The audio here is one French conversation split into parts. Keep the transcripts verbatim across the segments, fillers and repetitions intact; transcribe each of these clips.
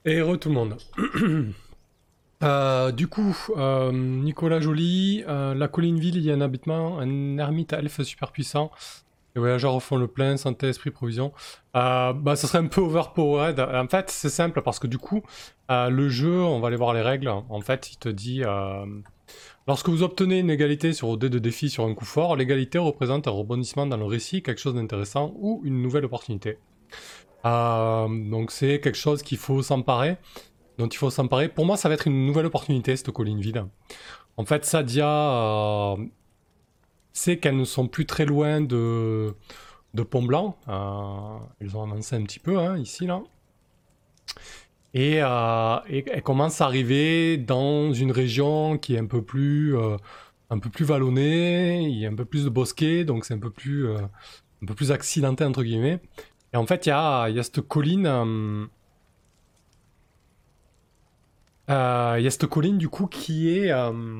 Et re tout le monde. Euh, du coup, euh, Nicolas Joly, euh, la colline ville, il y a un habitement, un ermite elfe super puissant. Les voyageurs refont le plein, santé, esprit, provision. Euh, bah, ça serait un peu overpowered. En fait, c'est simple parce que du coup, euh, le jeu, on va aller voir les règles. En fait, il te dit euh, lorsque vous obtenez une égalité sur o dé de défi sur un coup fort, l'égalité représente un rebondissement dans le récit, quelque chose d'intéressant ou une nouvelle opportunité. Euh, donc, c'est quelque chose qu'il faut s'emparer. dont il faut s'emparer. Pour moi, ça va être une nouvelle opportunité, cette colline vide. En fait, Sadia euh, sait qu'elles ne sont plus très loin de, de Pont-Blanc. Euh, elles ont avancé un petit peu, hein, ici, là. Et, euh, et elles commencent à arriver dans une région qui est un peu plus, euh, un peu plus vallonnée, il y a un peu plus de bosquets, donc c'est un peu plus, euh, un peu plus accidenté, entre guillemets. Et en fait, il y a, y a cette colline... Euh, Euh, Il y a cette colline du coup qui est euh,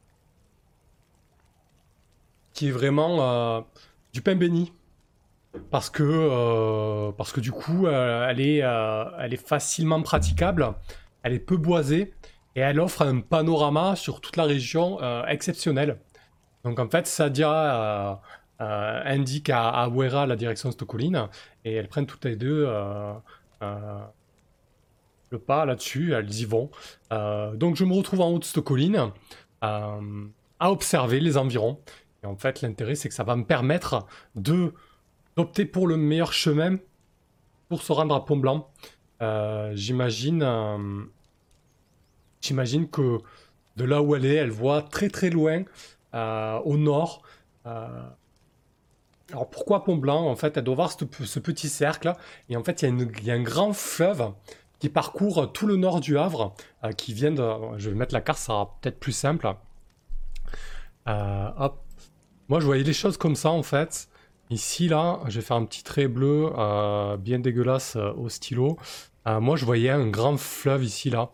qui est vraiment euh, du pain béni parce que euh, parce que du coup euh, elle est euh, elle est facilement praticable, elle est peu boisée et elle offre un panorama sur toute la région euh, exceptionnel. Donc en fait Sadia euh, euh, indique à, à Wera la direction de cette colline et elles prennent toutes les deux euh, euh, le pas là-dessus, elles y vont. Euh, donc je me retrouve en haut de cette colline euh, à observer les environs. Et en fait, l'intérêt, c'est que ça va me permettre de d'opter pour le meilleur chemin pour se rendre à Pont-Blanc. Euh, j'imagine, euh, j'imagine que de là où elle est, elle voit très très loin, euh, au nord. Euh, alors pourquoi Pont-Blanc? En fait, elle doit voir ce, ce petit cercle là, et en fait, il y, a une- il y a un grand fleuve qui parcourt tout le nord du Havre, euh, qui vient de... Je vais mettre la carte, ça sera peut-être plus simple. Euh, hop. Moi, je voyais les choses comme ça, en fait. Ici, là, je vais faire un petit trait bleu euh, bien dégueulasse euh, au stylo. Euh, moi, je voyais un grand fleuve ici, là.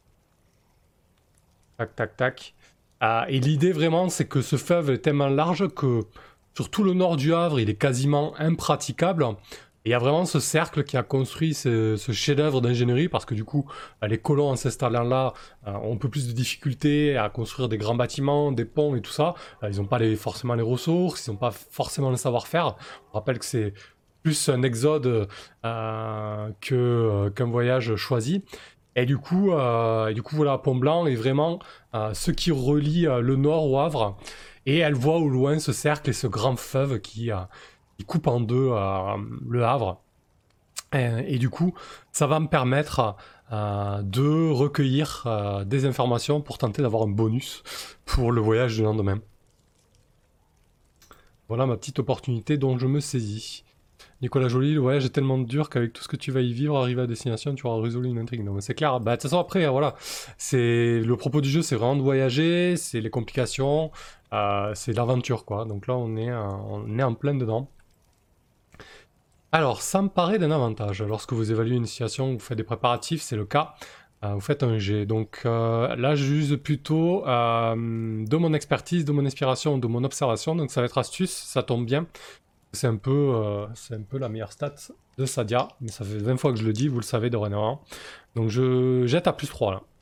Tac, tac, tac. Euh, et l'idée, vraiment, c'est que ce fleuve est tellement large que sur tout le nord du Havre, il est quasiment impraticable. Et il y a vraiment ce cercle qui a construit ce, ce chef-d'œuvre d'ingénierie parce que du coup, euh, les colons en s'installant là euh, ont un peu plus de difficultés à construire des grands bâtiments, des ponts et tout ça. Euh, ils n'ont pas les, forcément les ressources, ils n'ont pas forcément le savoir-faire. On rappelle que c'est plus un exode euh, que, euh, qu'un voyage choisi. Et du coup, euh, et du coup voilà, Pont-Blanc est vraiment euh, ce qui relie euh, le nord au Havre. Et elle voit au loin ce cercle et ce grand fleuve qui, euh, qui coupe en deux euh, le Havre. Et, et, du coup, ça va me permettre euh, de recueillir euh, des informations pour tenter d'avoir un bonus pour le voyage du lendemain. Voilà ma petite opportunité dont je me saisis. Nicolas Joly, le voyage est tellement dur qu'avec tout ce que tu vas y vivre, arriver à destination, tu auras résolu une intrigue. Non, mais c'est clair. Bah, de toute façon, après, voilà. C'est le propos du jeu, c'est vraiment de voyager, c'est les complications, euh, c'est l'aventure, quoi. Donc là, on est, euh, on est en plein dedans. Alors, ça me paraît d'un avantage. Lorsque vous évaluez une situation, vous faites des préparatifs, c'est le cas. Euh, vous faites un jet. Donc euh, là, j'use plutôt euh, de mon expertise, de mon inspiration, de mon observation. Donc ça va être astuce, ça tombe bien. C'est un peu, euh, c'est un peu la meilleure stat de Sadia, mais ça fait vingt fois que je le dis, vous le savez dorénavant. Donc je jette à plus trois là.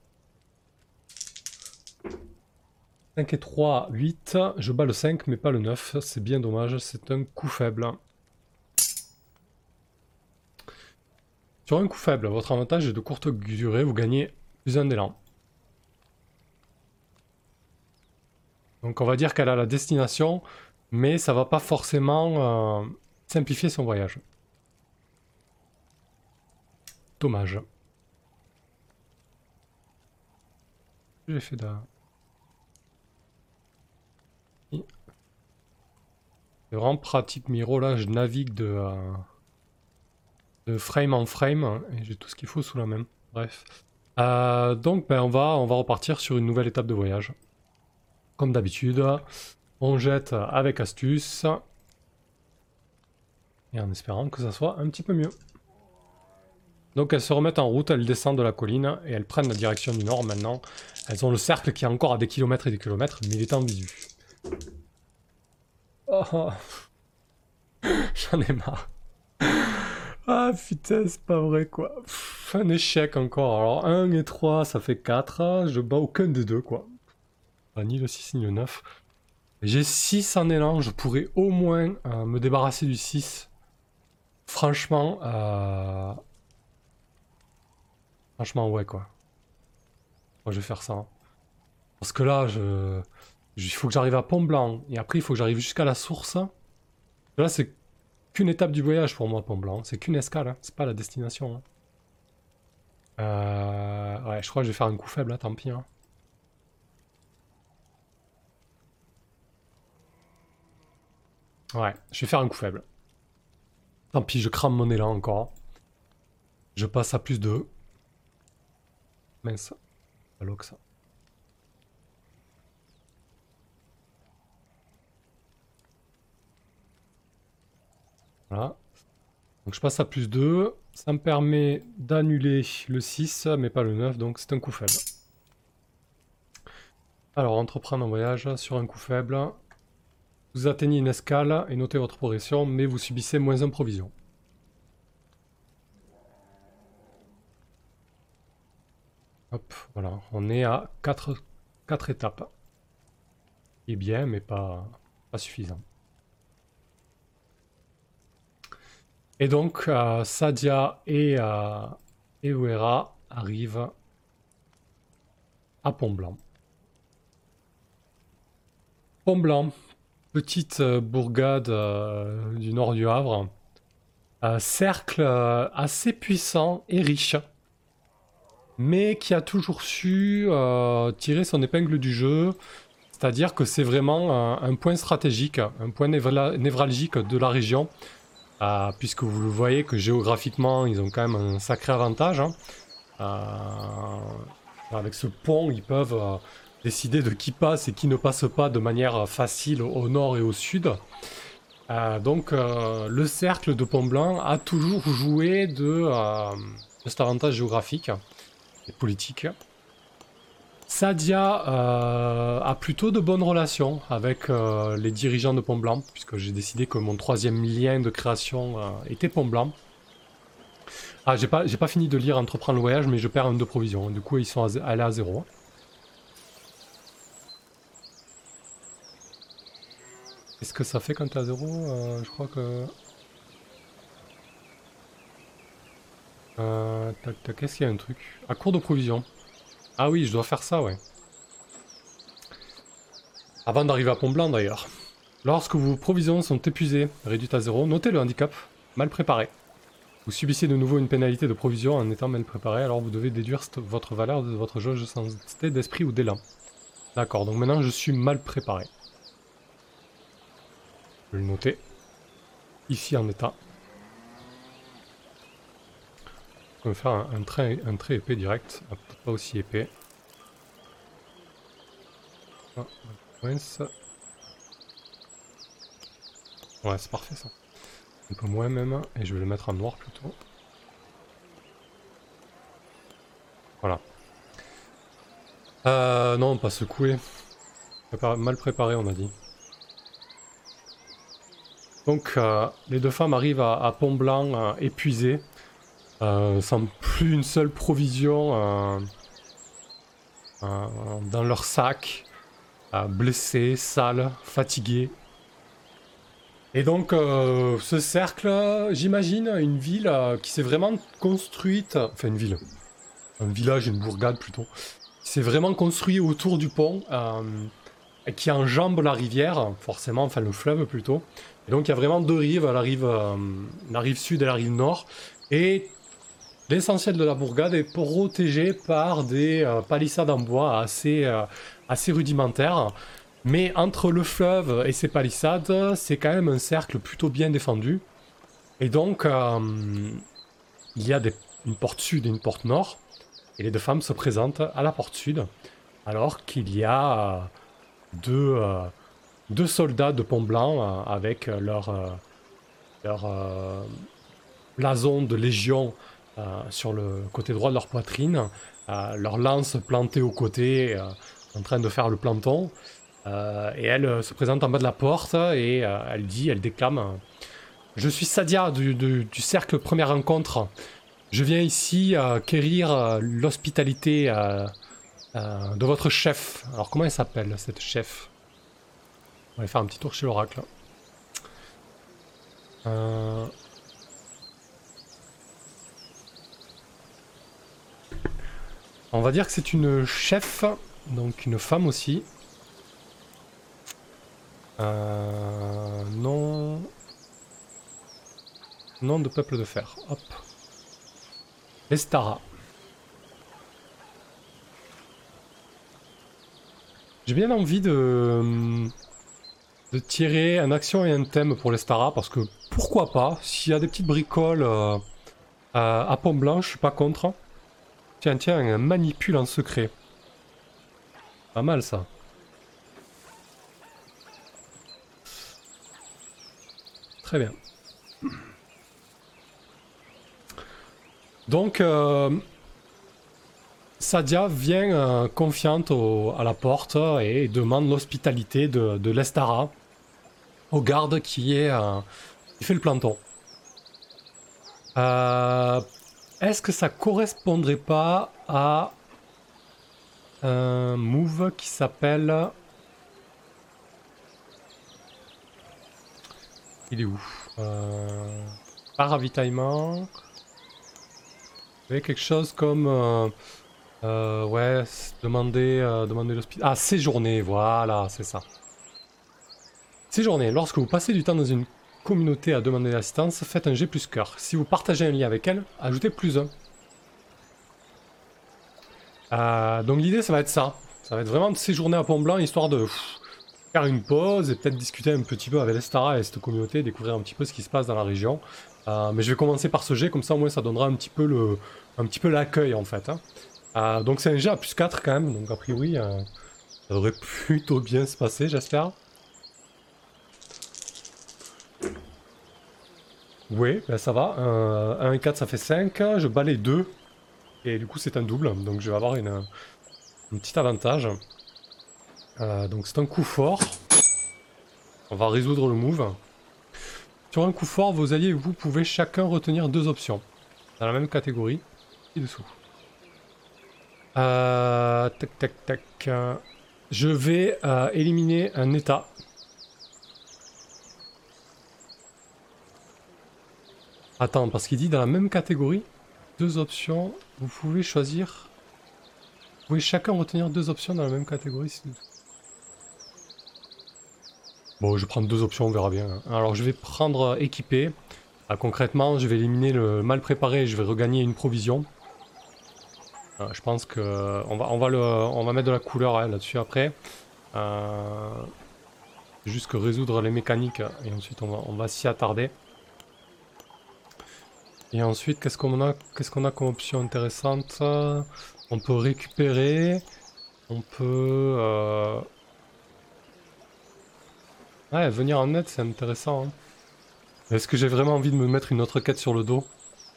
cinq et trois, huit. Je bats le cinq, mais pas le neuf. C'est bien dommage, c'est un coup faible. Sur un coup faible, votre avantage est de courte durée, vous gagnez plus un d'élan. Donc on va dire qu'elle a la destination, mais ça va pas forcément euh, simplifier son voyage. Dommage. J'ai fait de... C'est vraiment pratique, Miro, là je navigue de, euh, de frame en frame, et j'ai tout ce qu'il faut sous la main. Bref. Euh, donc ben, on, va, on va repartir sur une nouvelle étape de voyage. Comme d'habitude, on jette avec astuce, et en espérant que ça soit un petit peu mieux. Donc elles se remettent en route, elles descendent de la colline, et elles prennent la direction du nord maintenant. Elles ont le cercle qui est encore à des kilomètres et des kilomètres, mais il est en visu. Oh, j'en ai marre. Ah putain, c'est pas vrai quoi. Pff, un échec encore. Alors un et trois, ça fait quatre. Je bats aucun des deux quoi. Ah, ni le six ni le neuf. J'ai six en élan, je pourrais au moins euh, me débarrasser du six. Franchement, euh... franchement ouais quoi. Moi je vais faire ça. Hein. Parce que là, je... il faut que j'arrive à Pont Blanc. Et après, il faut que j'arrive jusqu'à la source. Là, c'est qu'une étape du voyage pour moi, Pont Blanc. C'est qu'une escale, hein. C'est pas la destination. Hein. Euh... Ouais, je crois que je vais faire un coup faible, là, tant pis. Hein. Ouais, je vais faire un coup faible. Tant pis, je crame mon élan encore. Je passe à plus deux. Mince. Pas l'eau que ça. Voilà. Donc je passe à plus deux. Ça me permet d'annuler le six, mais pas le neuf, donc c'est un coup faible. Alors, entreprendre un voyage sur un coup faible. Vous atteignez une escale et notez votre progression, mais vous subissez moins un provision. Hop, voilà, on est à quatre, quatre étapes. Et bien, mais pas, pas suffisant. Et donc, euh, Sadia et, euh, et Uera arrivent à Pont-Blanc. Pont-Blanc, petite euh, bourgade euh, du nord du Havre. Euh, cercle euh, assez puissant et riche, mais qui a toujours su euh, tirer son épingle du jeu. C'est-à-dire que c'est vraiment un, un point stratégique, un point névralgique de la région. Euh, puisque vous le voyez que géographiquement, ils ont quand même un sacré avantage. Hein. Euh, avec ce pont, ils peuvent euh, décider de qui passe et qui ne passe pas de manière facile au nord et au sud. Euh, donc, euh, le cercle de Pont-Blanc a toujours joué de, euh, de cet avantage géographique et politique. Sadia euh, a plutôt de bonnes relations avec euh, les dirigeants de Pont-Blanc, puisque j'ai décidé que mon troisième lien de création euh, était Pont-Blanc. Ah, j'ai pas, j'ai pas fini de lire Entreprendre le voyage, mais je perds un de provisions. Du coup, ils sont à, allés à zéro. Qu'est-ce que ça fait quand t'es à zéro euh, Je crois que... Euh, tac, tac, qu'est-ce qu'il y a un truc à court de provisions. Ah oui, je dois faire ça, ouais. Avant d'arriver à Pont-Blanc, d'ailleurs. Lorsque vos provisions sont épuisées, réduites à zéro, notez le handicap, mal préparé. Vous subissez de nouveau une pénalité de provision en étant mal préparé, alors vous devez déduire votre valeur de votre jauge de santé, d'esprit ou d'élan. D'accord, donc maintenant je suis mal préparé. Je vais le noter. Ici en état. On va faire un, un, trait, un trait épais direct, ah, peut-être pas aussi épais. Ah, ouais, c'est parfait ça. Un peu moins même, et je vais le mettre en noir plutôt. Voilà. Euh, non, pas secoué. Mal préparé, on a dit. Donc, euh, les deux femmes arrivent à, à Pont-Blanc euh, épuisées, euh, sans plus une seule provision euh, euh, dans leur sac, euh, blessées, sales, fatiguées. Et donc, euh, ce cercle, j'imagine, une ville euh, qui s'est vraiment construite, enfin une ville, un village, une bourgade plutôt, qui s'est vraiment construit autour du pont, euh, et qui enjambe la rivière, forcément, enfin le fleuve plutôt. Et donc il y a vraiment deux rives, la rive, euh, la rive sud et la rive nord, et l'essentiel de la bourgade est protégé par des euh, palissades en bois assez, euh, assez rudimentaires. Mais entre le fleuve et ces palissades, c'est quand même un cercle plutôt bien défendu. Et donc, euh, il y a des, une porte sud et une porte nord. Et les deux femmes se présentent à la porte sud, alors qu'il y a euh, deux, euh, deux soldats de Pont-Blanc euh, avec leur, euh, leur euh, blason de légion euh, sur le côté droit de leur poitrine, euh, leur lance plantée au côté, euh, en train de faire le planton. Euh, et elle euh, se présente en bas de la porte et euh, elle dit, elle déclame euh, Je suis Sadia du, du, du cercle Première Rencontre. Je viens ici euh, quérir euh, l'hospitalité euh, euh, de votre chef. Alors comment elle s'appelle cette chef? On va aller faire un petit tour chez l'oracle. Euh... On va dire que c'est une chef, donc une femme aussi. Euh... Non... Nom de peuple de fer. Hop. Lestara. J'ai bien envie de... de tirer un action et un thème pour Lestara, parce que pourquoi pas, s'il y a des petites bricoles euh, à, à Pont Blanc, je suis pas contre. Tiens, tiens, un manipule en secret. Pas mal ça. Très bien. Donc, euh, Sadia vient euh, confiante au, à la porte et demande l'hospitalité de, de Lestara au garde qui, est, euh, qui fait le planton. Euh, Est-ce que ça correspondrait pas à un move qui s'appelle... Il est où euh... Pas ravitaillement. Vous avez quelque chose comme... Euh, euh, ouais, demander, euh, demander l'hospital... Ah, séjourner, voilà, c'est ça. Séjourner. Lorsque vous passez du temps dans une communauté à demander l'assistance, faites un G plus cœur. Si vous partagez un lien avec elle, ajoutez plus un. Euh, donc l'idée, ça va être ça. Ça va être vraiment de séjourner à Pont Blanc, histoire de pff, faire une pause et peut-être discuter un petit peu avec Lestara et cette communauté, découvrir un petit peu ce qui se passe dans la région. Euh, mais je vais commencer par ce jet, comme ça au moins ça donnera un petit peu le, un petit peu l'accueil en fait. Hein. Euh, donc c'est un jet à plus quatre quand même, donc a priori euh, ça devrait plutôt bien se passer, j'espère. Oui, ben ça va. Euh, un et quatre ça fait cinq, je balaye deux. Et du coup c'est un double, donc je vais avoir une, un petit avantage. Euh, donc c'est un coup fort. On va résoudre le move. Sur un coup fort, vos alliés et vous pouvez chacun retenir deux options. Dans la même catégorie, ci-dessous. Euh, tac tac tac. Euh, je vais euh, éliminer un état. Attends, parce qu'il dit dans la même catégorie, deux options, vous pouvez choisir... Vous pouvez chacun retenir deux options dans la même catégorie. Ci-dessous. Bon, je vais prendre deux options, on verra bien. Alors, je vais prendre euh, équipé. Ah, concrètement, je vais éliminer le mal préparé et je vais regagner une provision. Euh, je pense que euh, on va, on va, le, on va mettre de la couleur hein, là-dessus après. Euh, juste que résoudre les mécaniques et ensuite on va, on va s'y attarder. Et ensuite, qu'est-ce qu'on a, qu'est-ce qu'on a comme option intéressante? On peut récupérer. On peut... Euh... Ouais, venir en aide, c'est intéressant. Hein. Est-ce que j'ai vraiment envie de me mettre une autre quête sur le dos?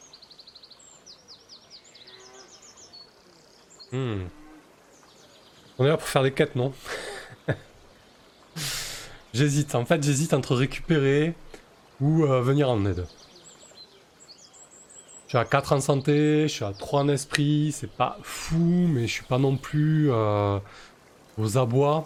hmm. On est là pour faire des quêtes, non? J'hésite. En fait, j'hésite entre récupérer ou euh, venir en aide. Je suis à quatre en santé, je suis à trois en esprit, c'est pas fou, mais je suis pas non plus euh, aux abois.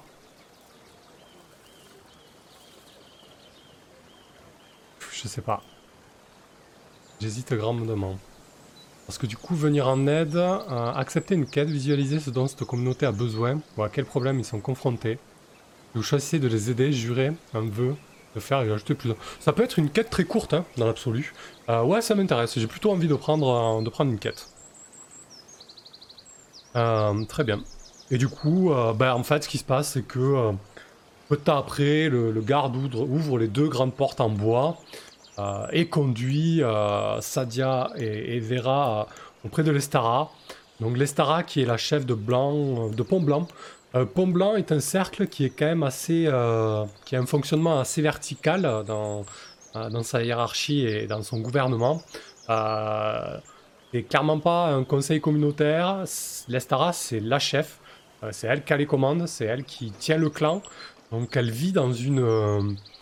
Je sais pas. J'hésite grandement. Parce que du coup, venir en aide, euh, accepter une quête, visualiser ce dont cette communauté a besoin, ou à quel problème ils sont confrontés. Vous choisissez de les aider, jurer un vœu, de faire et ajouter plus. Ça peut être une quête très courte, hein, dans l'absolu. Euh, ouais, ça m'intéresse, j'ai plutôt envie de prendre, euh, de prendre une quête. Euh, très bien. Et du coup, euh, ben, en fait, ce qui se passe, c'est que euh, peu de temps après, le, le garde ouvre, ouvre les deux grandes portes en bois. Euh, et conduit euh, Sadia et, et Vera euh, auprès de Lestara. Donc Lestara qui est la chef de, Blanc, de Pont Blanc. Euh, Pont Blanc est un cercle qui est quand même assez... Euh, qui a un fonctionnement assez vertical dans, euh, dans sa hiérarchie et dans son gouvernement. Euh, c'est clairement pas un conseil communautaire. Lestara c'est la chef. Euh, c'est elle qui a les commandes, c'est elle qui tient le clan. Donc elle vit dans une... Euh,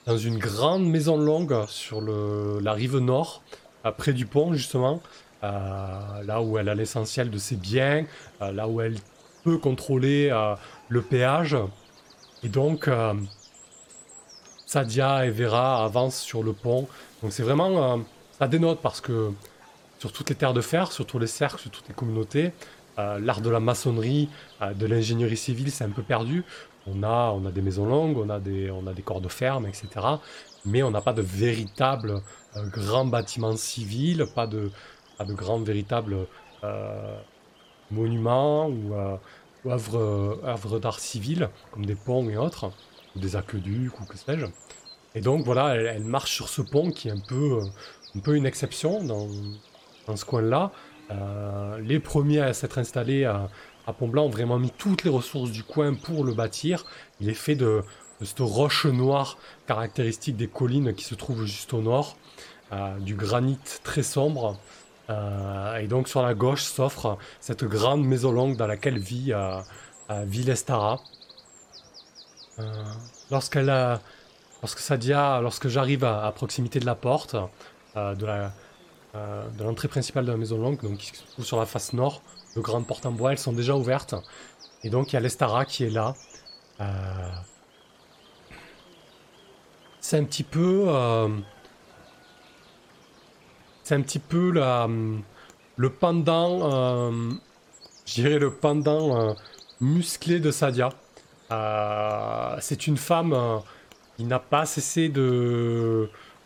dans une grande maison longue sur le, la rive nord, euh, près du pont justement, euh, là où elle a l'essentiel de ses biens, euh, là où elle peut contrôler euh, le péage. Et donc, euh, Sadia et Vera avancent sur le pont. Donc c'est vraiment... euh, ça dénote parce que sur toutes les terres de fer, sur tous les cercles, sur toutes les communautés, euh, l'art de la maçonnerie, euh, de l'ingénierie civile, c'est un peu perdu. On a, on a des maisons longues, on a des, on a des corps de ferme, et cetera. Mais on n'a pas de véritables euh, grands bâtiments civils, pas de, pas de grands véritables euh, monuments ou, euh, ou œuvres, œuvres d'art civil, comme des ponts et autres, ou des aqueducs ou que sais-je. Et donc voilà, elle, elle marche sur ce pont qui est un peu, euh, un peu une exception dans, dans ce coin-là. Euh, les premiers à s'être installés à, à Pont-Blanc ont vraiment mis toutes les ressources du coin pour le bâtir. Il est fait de, de cette roche noire caractéristique des collines qui se trouvent juste au nord, euh, du granit très sombre. Euh, et donc sur la gauche s'offre cette grande maison longue dans laquelle vit, euh, euh, vit Lestara. Euh, lorsqu'elle a, lorsque Sadia, lorsque j'arrive à, à proximité de la porte, euh, de la, euh, de l'entrée principale de la maison longue, donc qui se trouve sur la face nord, de grandes portes en bois, elles sont déjà ouvertes. Et donc il y a l'Estara qui est là. Euh, c'est un petit peu, euh, c'est un petit peu la, le pendant, euh, je dirais le pendant euh, musclé de Sadia. Euh, c'est une femme euh, qui n'a pas cessé de,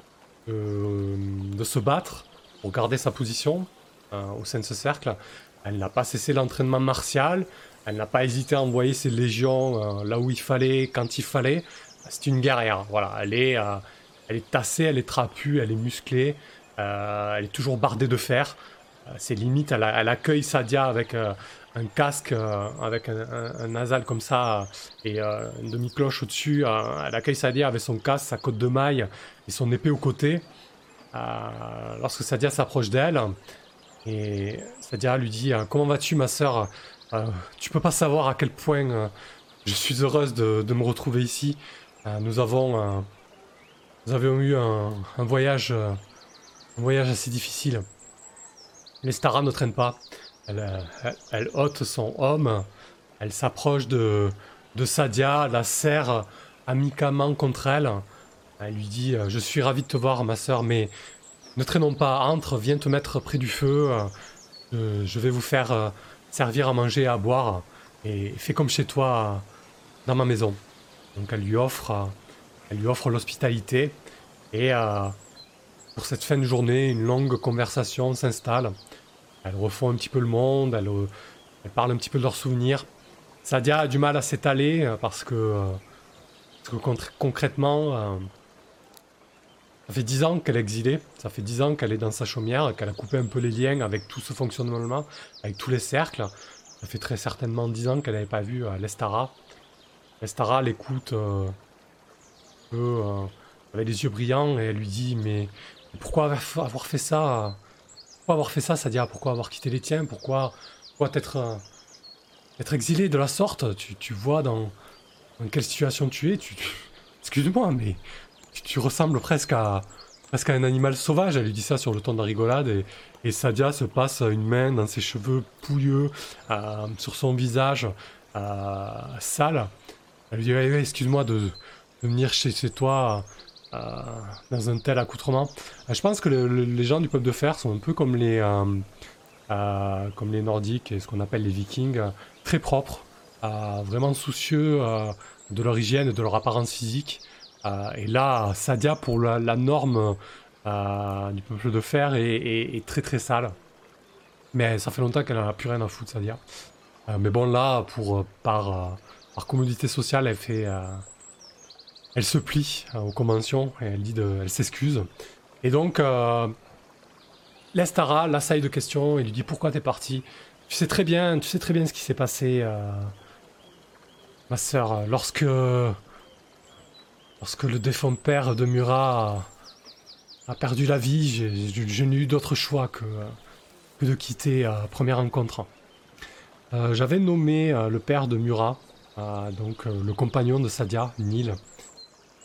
de, de se battre pour garder sa position euh, au sein de ce cercle. Elle n'a pas cessé l'entraînement martial, elle n'a pas hésité à envoyer ses légions euh, là où il fallait, quand il fallait. C'est une guerrière, voilà. Elle est, euh, elle est tassée, elle est trapue, elle est musclée, euh, elle est toujours bardée de fer. Euh, c'est limite, elle, elle accueille Sadia avec euh, un casque, euh, avec un, un, un nasal comme ça, euh, et euh, une demi-cloche au-dessus. Euh, elle accueille Sadia avec son casque, sa côte de maille et son épée au côté. Euh, lorsque Sadia s'approche d'elle, et Sadia lui dit euh, comment vas-tu, ma sœur? Euh, Tu peux pas savoir à quel point euh, je suis heureuse de, de me retrouver ici. Euh, nous avons, euh, nous avions eu un, un voyage, euh, un voyage assez difficile. L'Estara ne traîne pas. Elle, euh, elle, elle ôte son homme. Elle s'approche de, de Sadia, la serre amicalement contre elle. Elle lui dit euh, je suis ravi de te voir, ma sœur, mais ne traînons pas. Entre, viens te mettre près du feu. Euh, euh, je vais vous faire euh, servir à manger et à boire. Et fais comme chez toi euh, dans ma maison. Donc elle lui offre, euh, elle lui offre l'hospitalité. Et euh, pour cette fin de journée, une longue conversation s'installe. Elles refont un petit peu le monde, elles, euh, elles parlent un petit peu de leurs souvenirs. Sadia a du mal à s'étaler euh, parce que, euh, parce que con- concrètement, euh, ça fait dix ans qu'elle est exilée, ça fait dix ans qu'elle est dans sa chaumière, qu'elle a coupé un peu les liens avec tout ce fonctionnement, avec tous les cercles. Ça fait très certainement dix ans qu'elle n'avait pas vu euh, l'Estara. L'Estara l'écoute euh, peu, euh, avec les yeux brillants et elle lui dit mais pourquoi avoir fait ça? Pourquoi avoir fait ça, Sadia? Pourquoi avoir quitté les tiens? Pourquoi, pourquoi t'être euh, être exilé de la sorte? Tu, tu vois dans, dans quelle situation tu es? Tu, tu- Excuse-moi, mais tu, tu ressembles presque à, presque à un animal sauvage. Elle lui dit ça sur le ton de la rigolade et, et Sadia se passe une main dans ses cheveux pouilleux, euh, sur son visage euh, sale. Elle lui dit ouais, ouais, excuse-moi de, de venir chez, chez toi euh, dans un tel accoutrement. Euh, je pense que le- le- les gens du peuple de fer sont un peu comme les, euh, euh, comme les Nordiques et ce qu'on appelle les Vikings, euh, très propres, euh, vraiment soucieux euh, de leur hygiène et de leur apparence physique. Euh, et là, Sadia, pour la, la norme euh, du peuple de fer, est, est- est très très sale. Mais ça fait longtemps qu'elle n'a plus rien à foutre, Sadia. Euh, mais bon, là, pour, euh, par, euh, par commodité sociale, elle fait, euh, elle se plie euh, aux conventions et elle dit de, elle s'excuse. Et donc, euh, Lestara l'assaille de questions et lui dit pourquoi t'es parti. Tu sais très bien, tu sais très bien ce qui s'est passé, euh, ma sœur, lorsque, lorsque le défunt père de Murat a, a perdu la vie. j'ai- Je, je n'ai eu d'autre choix que, que de quitter à première rencontre. Euh, J'avais nommé euh, le père de Murat, euh, donc euh, le compagnon de Sadia, Nil.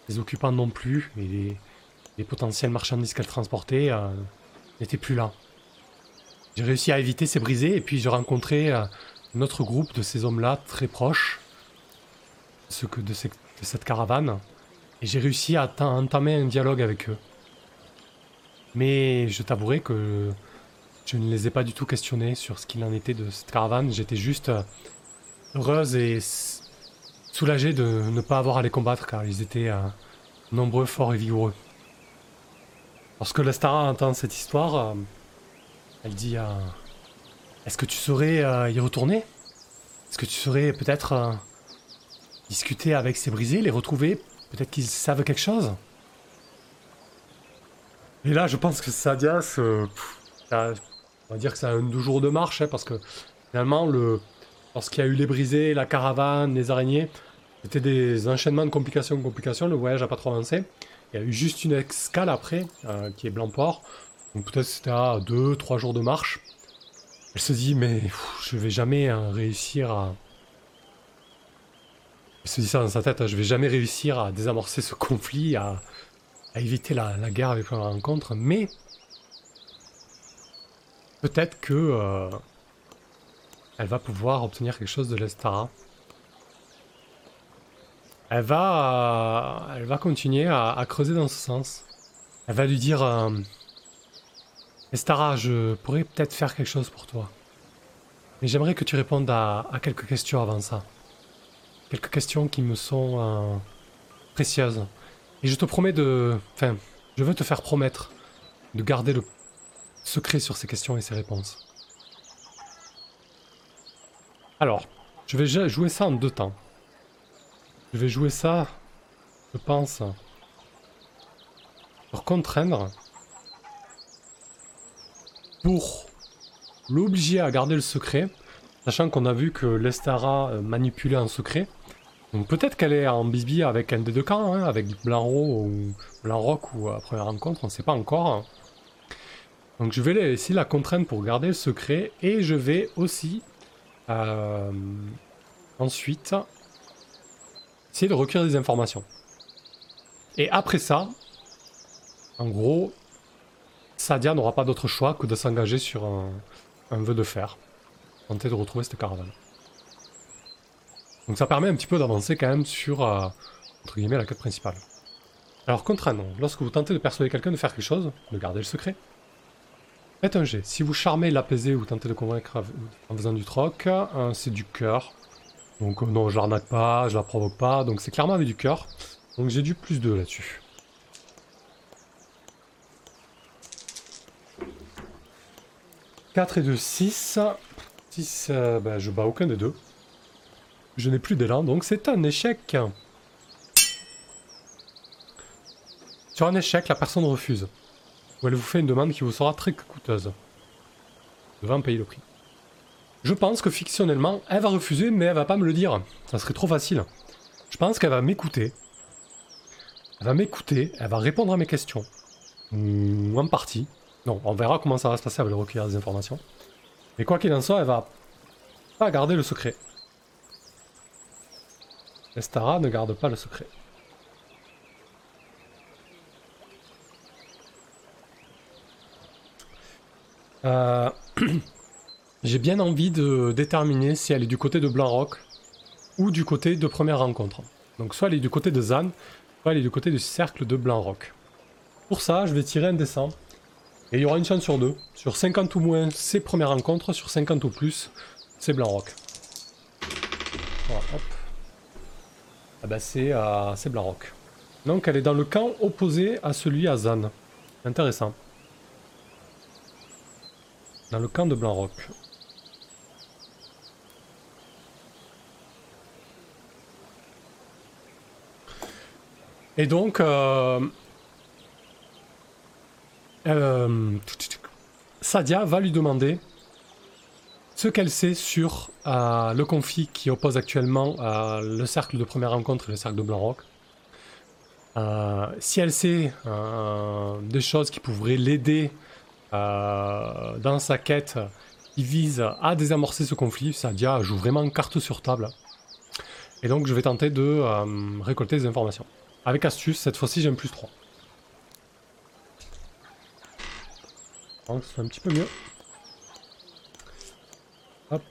les occupants non plus, et les, les potentielles marchandises qu'elle transportait euh, n'étaient plus là. J'ai réussi à éviter ces brisés, et puis j'ai rencontré euh, un autre groupe de ces hommes-là, très proches ceux que de, ces, de cette caravane, et j'ai réussi à entamer un dialogue avec eux. Mais je t'avouerai que je ne les ai pas du tout questionnés sur ce qu'il en était de cette caravane, j'étais juste euh, heureuse et soulagée de ne pas avoir à les combattre, car ils étaient euh, nombreux, forts et vigoureux. Lorsque Lestara entend cette histoire, euh, elle dit euh, est-ce que tu saurais euh, y retourner? Est-ce que tu saurais peut-être euh, discuter avec ces brisés, les retrouver? Peut-être qu'ils savent quelque chose? Et là, je pense que Sadia, se... ça, on va dire que c'est un deux jours de marche, hein, parce que finalement, le... lorsqu'il y a eu les brisés, la caravane, les araignées, c'était des enchaînements de complications, complications, le voyage n'a pas trop avancé. Il y a eu juste une escale après, euh, qui est Blancport. Donc peut-être c'était à deux trois jours de marche. Elle se dit, mais pff, je vais jamais euh, réussir à... Elle se dit ça dans sa tête, hein, je vais jamais réussir à désamorcer ce conflit, à, à éviter la, la guerre avec la rencontre, mais... Peut-être que... Euh, elle va pouvoir obtenir quelque chose de Lestara. Elle va, euh, elle va continuer à, à creuser dans ce sens. Elle va lui dire... Euh, Lestara, je pourrais peut-être faire quelque chose pour toi. Mais j'aimerais que tu répondes à, à quelques questions avant ça. Quelques questions qui me sont euh, précieuses. Et je te promets de... Enfin, je veux te faire promettre de garder le secret sur ces questions et ces réponses. Alors, je vais jouer ça en deux temps. Je vais jouer ça, je pense, pour contraindre, pour l'obliger à garder le secret, sachant qu'on a vu que Lestara manipulait un secret. Donc peut-être qu'elle est en bisbille avec un des deux camps, hein, avec Blanc-Roc ou Blanc-Roc ou à première rencontre, on ne sait pas encore. Donc je vais essayer la contraindre pour garder le secret, et je vais aussi euh, ensuite essayer de recueillir des informations. Et après ça, en gros, Sadia n'aura pas d'autre choix que de s'engager sur un, un vœu de fer. Tenter de retrouver cette caravane. Donc ça permet un petit peu d'avancer quand même sur, euh, entre guillemets, la quête principale. Alors contraindre, lorsque vous tentez de persuader quelqu'un de faire quelque chose, de garder le secret, faites un jet. Si vous charmez, l'apaisez ou tentez de convaincre en faisant du troc, euh, c'est du cœur. Donc euh, non, je l'arnaque pas, je la provoque pas, donc c'est clairement avec du cœur. Donc j'ai du plus deux là-dessus. quatre et deux, six. six, euh, ben, je bats aucun des deux. Je n'ai plus d'élan, donc c'est un échec. Sur un échec, la personne refuse. Ou elle vous fait une demande qui vous sera très coûteuse. Devant payer le prix. Je pense que fictionnellement, elle va refuser, mais elle va pas me le dire. Ça serait trop facile. Je pense qu'elle va m'écouter. Elle va m'écouter, elle va répondre à mes questions. Ou en partie. Non, on verra comment ça va se passer avec le recueillir des informations. Mais quoi qu'il en soit, elle va pas garder le secret. Lestara ne garde pas le secret. Euh... J'ai bien envie de déterminer si elle est du côté de Blanc-Roc ou du côté de première rencontre. Donc soit elle est du côté de Zan, soit elle est du côté du cercle de Blanc-Roc. Pour ça, je vais tirer un dé cent. Et il y aura une chance sur deux. Sur cinquante ou moins, c'est première rencontre. Sur cinquante ou plus, c'est Blanc-Roc. Voilà, hop. Ah bah c'est euh, Blanc-Roc. Donc elle est dans le camp opposé à celui à Zan. Intéressant. Dans le camp de Blanc-Roc. Et donc... Euh, euh, Sadia va lui demander ce qu'elle sait sur euh, le conflit qui oppose actuellement euh, le cercle de première rencontre et le cercle de Blanc-Roc. Euh, si elle sait euh, des choses qui pourraient l'aider euh, dans sa quête qui vise à désamorcer ce conflit, Sadia joue vraiment carte sur table. Et donc je vais tenter de euh, récolter des informations. Avec astuce, cette fois-ci j'ai un plus trois. Donc c'est un petit peu mieux. Hop.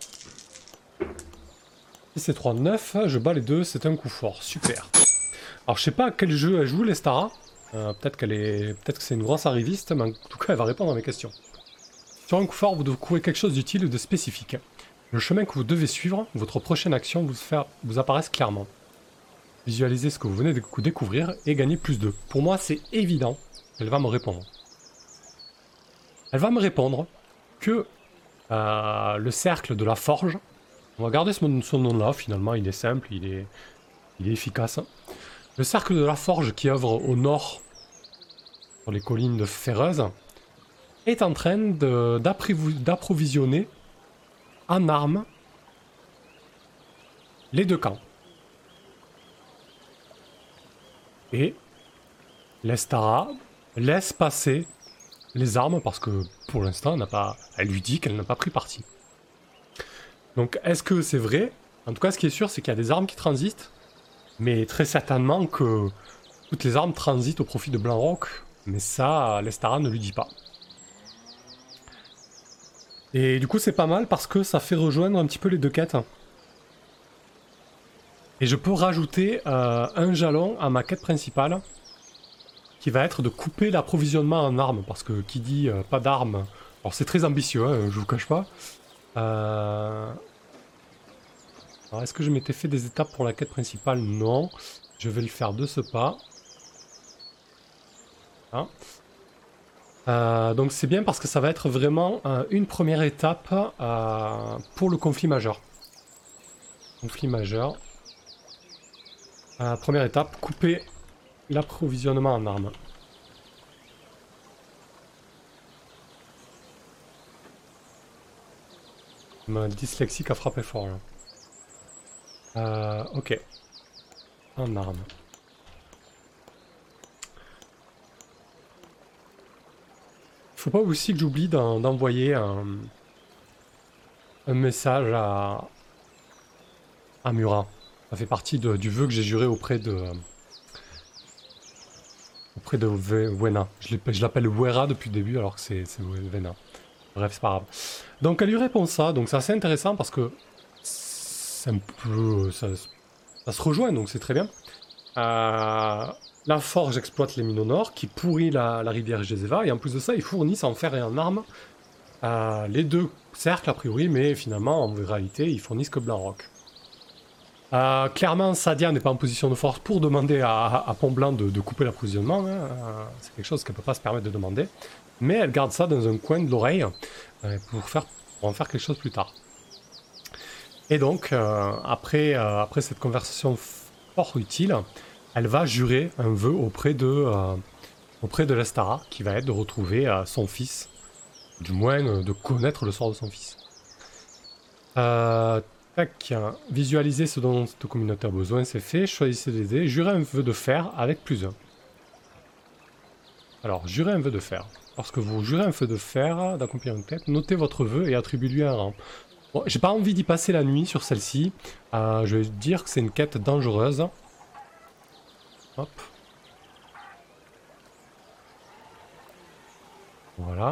Si c'est trois, neuf, je bats les deux, c'est un coup fort. Super. Alors je sais pas à quel jeu elle joue, l'Estara. Euh, peut-être qu'elle est. Peut-être que c'est une grosse arriviste, mais en tout cas elle va répondre à mes questions. Sur un coup fort, vous devez trouver quelque chose d'utile ou de spécifique. Le chemin que vous devez suivre, votre prochaine action vous, faire, vous apparaisse clairement. Visualisez ce que vous venez de découvrir et gagnez plus de. Pour moi, c'est évident qu'elle va me répondre. Elle va me répondre que euh, le cercle de la forge, on va garder ce, ce nom-là, finalement, il est simple, il est, il est efficace. Le cercle de la forge qui œuvre au nord, sur les collines de Ferreuse, est en train d'approvisionner en armes les deux camps. Et l'Estara laisse passer les armes parce que pour l'instant, elle, n'a pas... elle lui dit qu'elle n'a pas pris parti. Donc est-ce que c'est vrai? En tout cas, ce qui est sûr, c'est qu'il y a des armes qui transitent, mais très certainement que toutes les armes transitent au profit de Blanc-Roc, mais ça, l'Estara ne lui dit pas. Et du coup, c'est pas mal parce que ça fait rejoindre un petit peu les deux quêtes. Et je peux rajouter euh, un jalon à ma quête principale, qui va être de couper l'approvisionnement en armes, parce que qui dit euh, pas d'armes... Alors c'est très ambitieux, hein, je vous cache pas. Euh... Alors est-ce que je m'étais fait des étapes pour la quête principale? Non. Je vais le faire de ce pas. Hein. Euh, donc c'est bien parce que ça va être vraiment euh, une première étape euh, pour le conflit majeur. Conflit majeur. Euh, première étape, couper l'approvisionnement en armes. Ma dyslexique a frappé fort là. Euh, ok. En armes. Faut pas aussi que j'oublie d'envoyer un, un message à, à Murat. Ça fait partie de, du vœu que j'ai juré auprès de auprès de Wena. Je l'appelle Wera depuis le début alors que c'est Wena. Bref, c'est pas grave. Donc elle lui répond ça, donc c'est assez intéressant parce que c'est un peu... Ça, ça se rejoint, donc c'est très bien. Euh, la forge exploite les mines au nord, qui pourrit la, la rivière Gezeva, et en plus de ça, ils fournissent en fer et en armes euh, les deux cercles a priori, mais finalement, en réalité, ils fournissent que Blanc-Roc. Euh, clairement, Sadia n'est pas en position de force pour demander à, à Pont-Blanc de, de couper l'approvisionnement, hein. euh, c'est quelque chose qu'elle ne peut pas se permettre de demander, mais elle garde ça dans un coin de l'oreille euh, pour, faire, pour en faire quelque chose plus tard. Et donc, euh, après, euh, après cette conversation fort utile, elle va jurer un vœu auprès de, euh, auprès de l'Estara, qui va être de retrouver euh, son fils, du moins euh, de connaître le sort de son fils. Euh, tac, visualiser ce dont cette communauté a besoin, c'est fait. Choisissez des dés, jurez un vœu de fer avec plus un. Alors, jurez un vœu de fer. Lorsque vous jurez un vœu de fer, d'accomplir une quête, notez votre vœu et attribuez-lui un rang. Bon, j'ai pas envie d'y passer la nuit sur celle-ci. Euh, je vais dire que c'est une quête dangereuse. Hop. Voilà.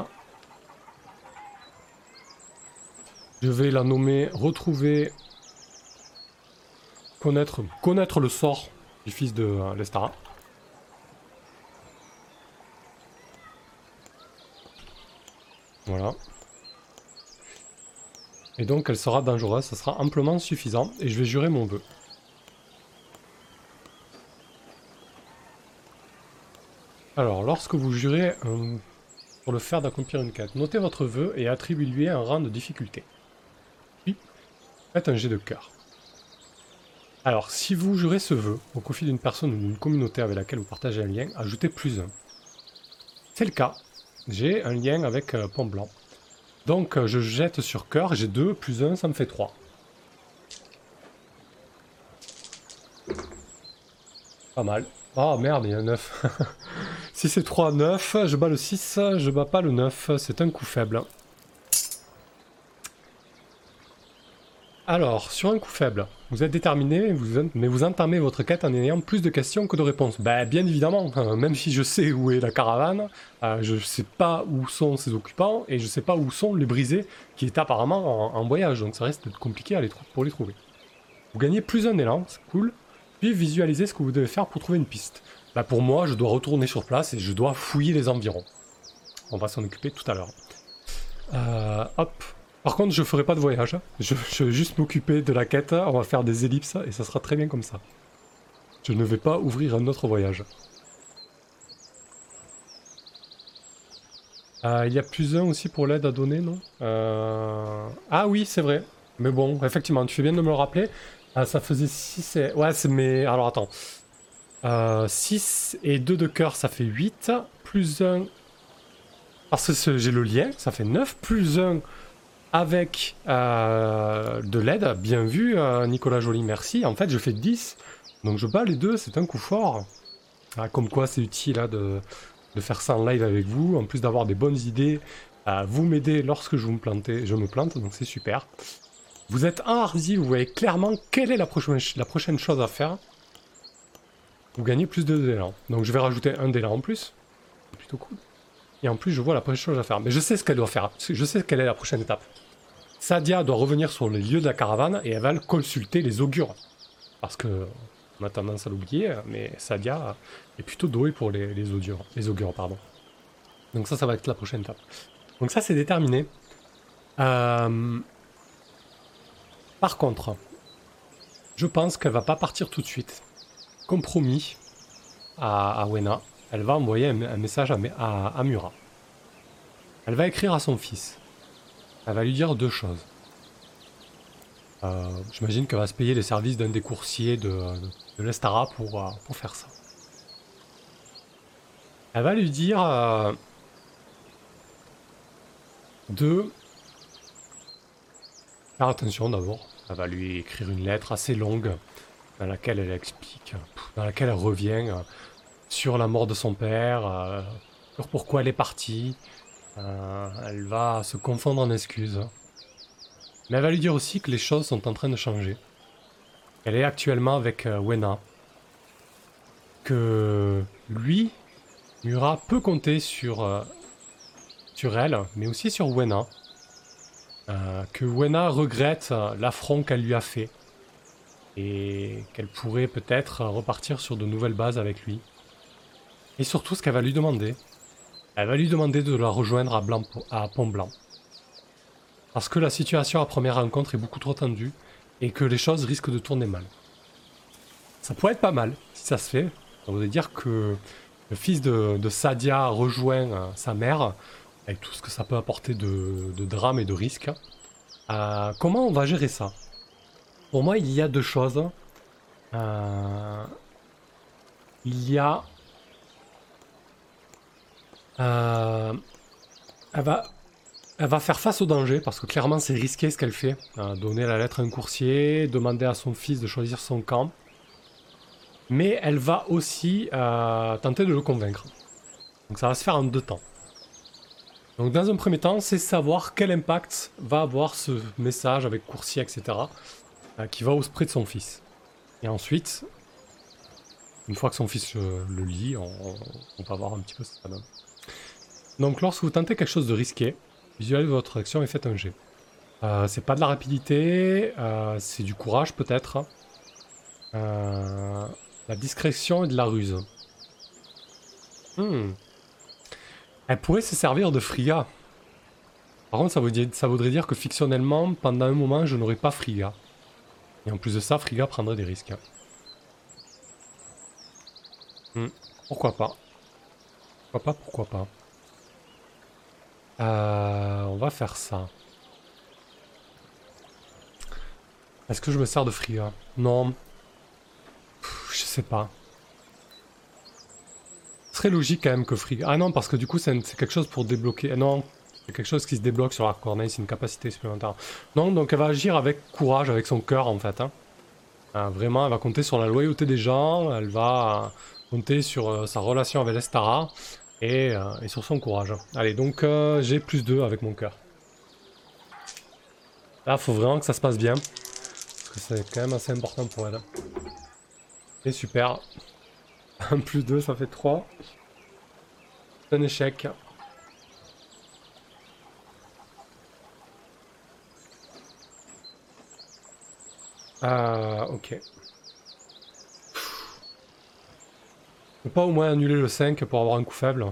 Je vais la nommer retrouver, connaître, connaître le sort du fils de euh, l'Estara. Voilà. Et donc elle sera dangereuse, ça sera amplement suffisant, et je vais jurer mon vœu. Alors, lorsque vous jurez euh, pour le faire d'accomplir une quête, notez votre vœu et attribuez-lui un rang de difficulté. Puis, faites un jet de cœur. Alors, si vous jurez ce vœu au profit d'une personne ou d'une communauté avec laquelle vous partagez un lien, ajoutez plus un. C'est le cas. J'ai un lien avec euh, Pont-Blanc. Donc je jette sur cœur, j'ai deux, plus un, ça me fait trois. Pas mal. Oh merde, il y a un neuf. Si c'est trois, neuf, je bats le six, je bats pas le neuf, c'est un coup faible. Alors, sur un coup faible, vous êtes déterminé, vous, mais vous entamez votre quête en ayant plus de questions que de réponses. Ben, bien évidemment, euh, même si je sais où est la caravane, euh, je sais pas où sont ses occupants, et je sais pas où sont les brisés, qui est apparemment en, en voyage, donc ça reste d'être compliqué à les pour les trouver. Vous gagnez plus un élan, c'est cool, puis visualisez ce que vous devez faire pour trouver une piste. Ben, pour moi, je dois retourner sur place et je dois fouiller les environs. On va s'en occuper tout à l'heure. Euh, hop. Par contre, je ferai pas de voyage. Je, je vais juste m'occuper de la quête. On va faire des ellipses et ça sera très bien comme ça. Je ne vais pas ouvrir un autre voyage. Euh, il y a plus un aussi pour l'aide à donner, non euh... Ah oui, c'est vrai. Mais bon, effectivement, tu fais bien de me le rappeler. Ah, ça faisait six et... Ouais, c'est mes... Alors attends. Euh, six et deux de cœur, ça fait huit. Plus un... Parce que j'ai le lien, ça fait neuf. Plus un... Avec euh, de l'aide, bien vu euh, Nicolas Joly, merci. En fait, je fais dix, donc je bats les deux, c'est un coup fort. Ah, comme quoi, c'est utile hein, de, de faire ça en live avec vous, en plus d'avoir des bonnes idées. Euh, vous m'aidez lorsque je, vous me plantez, je me plante, donc c'est super. Vous êtes un hardi, vous voyez clairement quelle est la prochaine, la prochaine chose à faire. Vous gagnez plus de d'élan. Donc je vais rajouter un d'élan en plus. C'est plutôt cool. Et en plus, je vois la prochaine chose à faire. Mais je sais ce qu'elle doit faire. Je sais quelle est la prochaine étape. Sadia doit revenir sur les lieux de la caravane et elle va consulter les augures. Parce que on a tendance à l'oublier, mais Sadia est plutôt douée pour les, les augures. Les augures, pardon. Donc ça, ça va être la prochaine étape. Donc ça, c'est déterminé. Euh... Par contre, je pense qu'elle va pas partir tout de suite. Compromis à, à Wena. Elle va envoyer un, un message à, à, à Mura. Elle va écrire à son fils. Elle va lui dire deux choses. Euh, J'imagine qu'elle va se payer les services d'un des coursiers de, de, de l'Estara pour, euh, pour faire ça. Elle va lui dire euh, de faire attention d'abord. Elle va lui écrire une lettre assez longue dans laquelle elle explique, dans laquelle elle revient euh, sur la mort de son père, euh, sur pourquoi elle est partie. Euh, elle va se confondre en excuses. Mais elle va lui dire aussi que les choses sont en train de changer. Elle est actuellement avec euh, Wena. Que lui, Mura, peut compter sur, euh, sur elle, mais aussi sur Wena. Euh, que Wena regrette euh, l'affront qu'elle lui a fait. Et qu'elle pourrait peut-être repartir sur de nouvelles bases avec lui. Et surtout, ce qu'elle va lui demander, elle va lui demander de la rejoindre à, Blanc, à Pont-Blanc. Parce que la situation à première rencontre est beaucoup trop tendue et que les choses risquent de tourner mal. Ça pourrait être pas mal si ça se fait. Ça voudrait dire que le fils de, de Sadia rejoint euh, sa mère avec tout ce que ça peut apporter de, de drame et de risque. Euh, comment on va gérer ça? Pour moi, il y a deux choses. Euh, il y a... Euh, elle va... Elle va faire face au danger, parce que clairement c'est risqué ce qu'elle fait. Euh, donner la lettre à un coursier, demander à son fils de choisir son camp. Mais elle va aussi euh, tenter de le convaincre. Donc ça va se faire en deux temps. Donc dans un premier temps, c'est savoir quel impact va avoir ce message avec coursier, et cetera. Euh, qui va auprès de son fils. Et ensuite, une fois que son fils euh, le lit, on, on va voir un petit peu ce que ça donne. Donc lorsque vous tentez quelque chose de risqué, visualisez votre action et faites un jet. Euh, c'est pas de la rapidité, euh, c'est du courage peut-être. Euh, la discrétion et de la ruse. Hmm. Elle pourrait se servir de Friga. Par contre, ça, veut dire, ça voudrait dire que fictionnellement, pendant un moment, je n'aurais pas Friga. Et en plus de ça, Friga prendrait des risques. Hmm. Pourquoi pas? Pourquoi pas, pourquoi pas. Euh, on va faire ça. Est-ce que je me sers de Friga? Non. Pff, je sais pas. Ce serait logique quand même que Friga... Ah non, parce que du coup, c'est quelque chose pour débloquer... Non, c'est quelque chose qui se débloque sur la corneille, c'est une capacité supplémentaire. Non, donc elle va agir avec courage, avec son cœur en fait. Hein. Euh, vraiment, elle va compter sur la loyauté des gens, elle va euh, compter sur euh, sa relation avec l'Estara. Et, euh, et sur son courage. Allez, donc euh, j'ai plus deux avec mon cœur. Là, faut vraiment que ça se passe bien. que c'est quand même assez important pour elle. Et super. un plus deux, ça fait trois. C'est un échec. Ah, ok. On peut pas au moins annuler le cinq pour avoir un coup faible?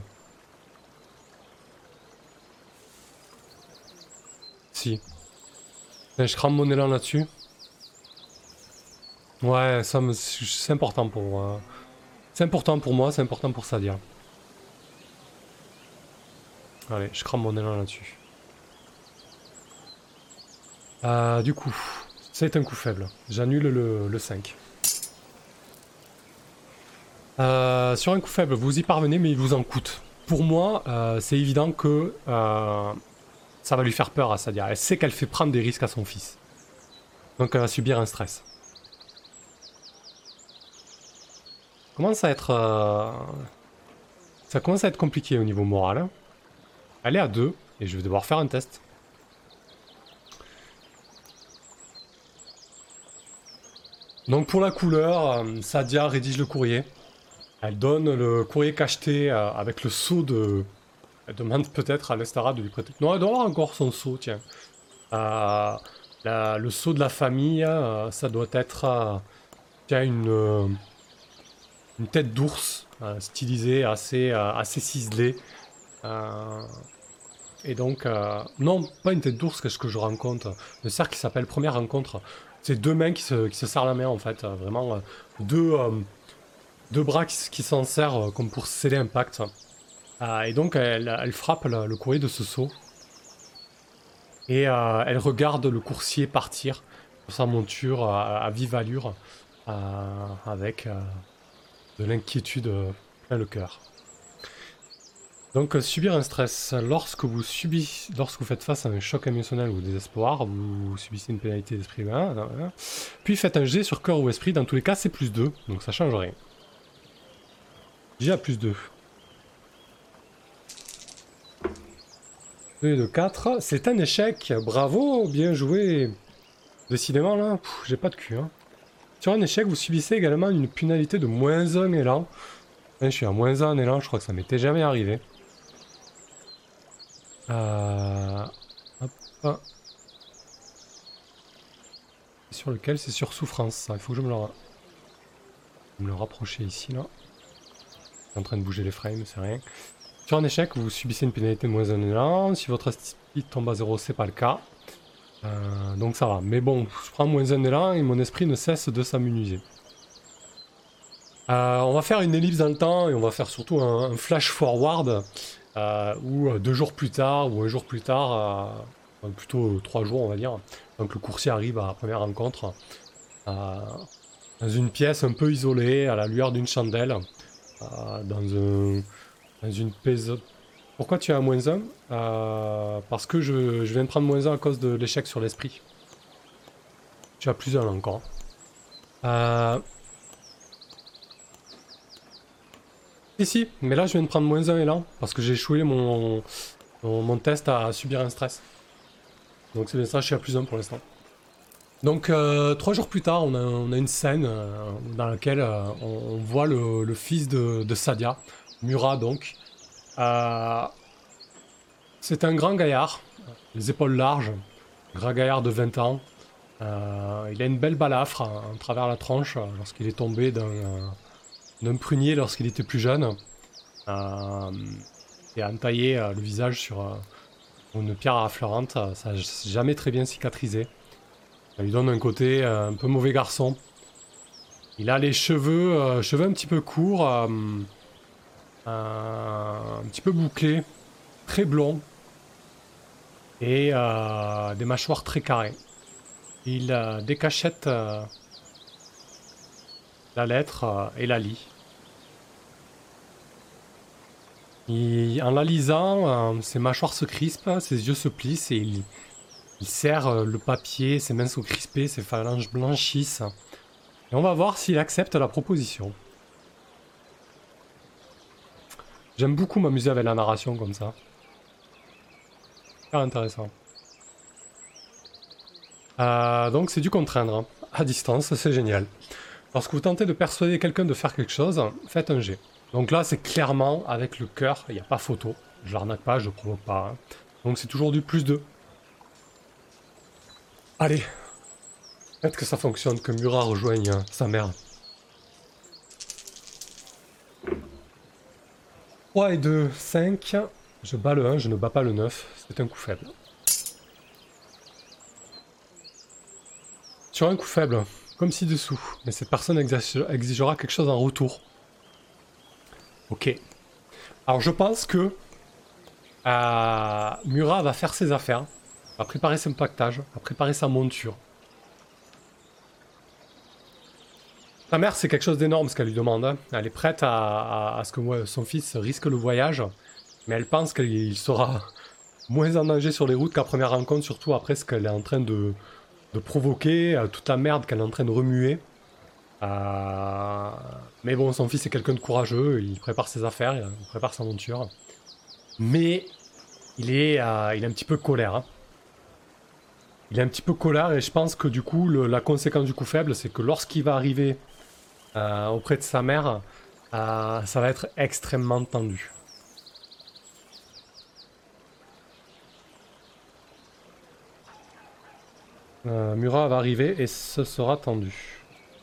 Si. Je crame mon élan là-dessus. Ouais, ça me... c'est important pour moi. C'est important pour moi, c'est important pour Sadia. Allez, je crame mon élan là-dessus. Euh, du coup, c'est un coup faible. J'annule le, le cinq. Euh, sur un coup faible, vous y parvenez, mais il vous en coûte. Pour moi, euh, c'est évident que euh, ça va lui faire peur à Sadia. Elle sait qu'elle fait prendre des risques à son fils. Donc elle va subir un stress. Ça commence à être... Euh... Ça commence à être compliqué au niveau moral. Elle est à deux, et je vais devoir faire un test. Donc pour la couleur, euh, Sadia rédige le courrier. Elle donne le courrier cacheté euh, avec le sceau de... Elle demande peut-être à Lestara de lui prêter... Non, elle doit avoir encore son sceau, tiens. Euh, la, le sceau de la famille, euh, ça doit être... Euh, tiens, une... Euh, une tête d'ours, euh, stylisée, assez, euh, assez ciselée. Euh, et donc... Euh, non, pas une tête d'ours, qu'est-ce que je rencontre. Le cercle qui s'appelle Première Rencontre. C'est deux mains qui se, qui se serrent la main, en fait. Euh, vraiment, euh, deux... Euh, deux bras qui, qui s'en serrent euh, comme pour sceller un pacte. Euh, et donc elle, elle frappe le, le courrier de ce sceau. Et euh, elle regarde le coursier partir sur sa monture à, à vive allure, euh, avec euh, de l'inquiétude euh, plein le cœur. Donc euh, subir un stress. Lorsque vous subissez, lorsque vous faites face à un choc émotionnel ou désespoir, vous subissez une pénalité d'esprit. Hein, hein, hein. Puis faites un jet sur cœur ou esprit. Dans tous les cas, c'est plus deux, donc ça change rien. J'ai à plus deux. deux de quatre, c'est un échec. Bravo, bien joué. Décidément là, j'ai pas de cul. Hein. Sur un échec, vous subissez également une pénalité de moins un élan. Je suis à moins un élan, je crois que ça m'était jamais arrivé. Euh... Hop, hop. Sur lequel? C'est sur souffrance, ça. Il faut que je me le, ra... me le rapprocher ici, là. Je suis en train de bouger les frames, c'est rien. Sur un échec, vous subissez une pénalité de moins un élan. Si votre speed tombe à zéro, c'est pas le cas. Euh, donc ça va. Mais bon, je prends moins un élan et mon esprit ne cesse de s'amuser. Euh, on va faire une ellipse dans le temps et on va faire surtout un, un flash forward euh, où deux jours plus tard ou un jour plus tard, euh, plutôt trois jours on va dire, donc le coursier arrive à la première rencontre euh, dans une pièce un peu isolée à la lueur d'une chandelle, euh, dans, un, dans une pièce. Pourquoi tu as moins un? euh, Parce que je, je viens de prendre moins un à cause de l'échec sur l'esprit. Tu as plus un encore. Euh... Ici, mais là je viens de prendre moins un élan parce que j'ai échoué mon, mon, mon test à subir un stress. Donc c'est bien ça, je suis à plus un pour l'instant. Donc euh, trois jours plus tard, on a, on a une scène euh, dans laquelle euh, on, on voit le, le fils de, de Sadia, Murat donc. Euh, c'est un grand gaillard, les épaules larges, grand gaillard de vingt ans. Euh, il a une belle balafre en, en travers la tronche lorsqu'il est tombé d'un euh, d'un prunier lorsqu'il était plus jeune. Euh, et a entaillé euh, le visage sur euh, une pierre affleurante. Ça n'a jamais très bien cicatrisé. Ça lui donne un côté euh, un peu mauvais garçon. Il a les cheveux, euh, cheveux un petit peu courts, euh, euh, un petit peu bouclés, très blonds. Et euh, des mâchoires très carrées. Il euh, décachette euh, la lettre euh, et la lit. Il, en la lisant, euh, ses mâchoires se crispent, ses yeux se plissent et il, il serre euh, le papier, ses mains sont crispées, ses phalanges blanchissent. Et on va voir s'il accepte la proposition. J'aime beaucoup m'amuser avec la narration comme ça. Super intéressant. Euh, donc c'est du contraindre. à distance, c'est génial. Lorsque vous tentez de persuader quelqu'un de faire quelque chose, faites un jet. Donc là, c'est clairement avec le cœur, il n'y a pas photo. Je l'arnaque pas, je ne provoque pas. Hein. Donc c'est toujours du plus deux. Allez. Faites que ça fonctionne, que Murat rejoigne hein, sa mère. trois et deux, cinq. Je bats le un, je ne bats pas le neuf. C'est un coup faible. Sur un coup faible, comme ci-dessous. Mais cette personne exigera quelque chose en retour. Ok. Alors je pense que euh, Murat va faire ses affaires. Va préparer son pactage. Va préparer sa monture. Sa mère, c'est quelque chose d'énorme ce qu'elle lui demande. Hein. Elle est prête à, à, à ce que moi, son fils risque le voyage. Mais elle pense qu'il sera moins en danger sur les routes qu'à première rencontre, surtout après ce qu'elle est en train de, de provoquer, euh, toute la merde qu'elle est en train de remuer. Euh... Mais bon, son fils est quelqu'un de courageux, il prépare ses affaires, il prépare sa monture. Mais il est, euh, il est un petit peu colère. Hein. Il est un petit peu colère et je pense que du coup, le, la conséquence du coup faible, c'est que lorsqu'il va arriver euh, auprès de sa mère, euh, ça va être extrêmement tendu. Euh, Murat va arriver et ce sera tendu.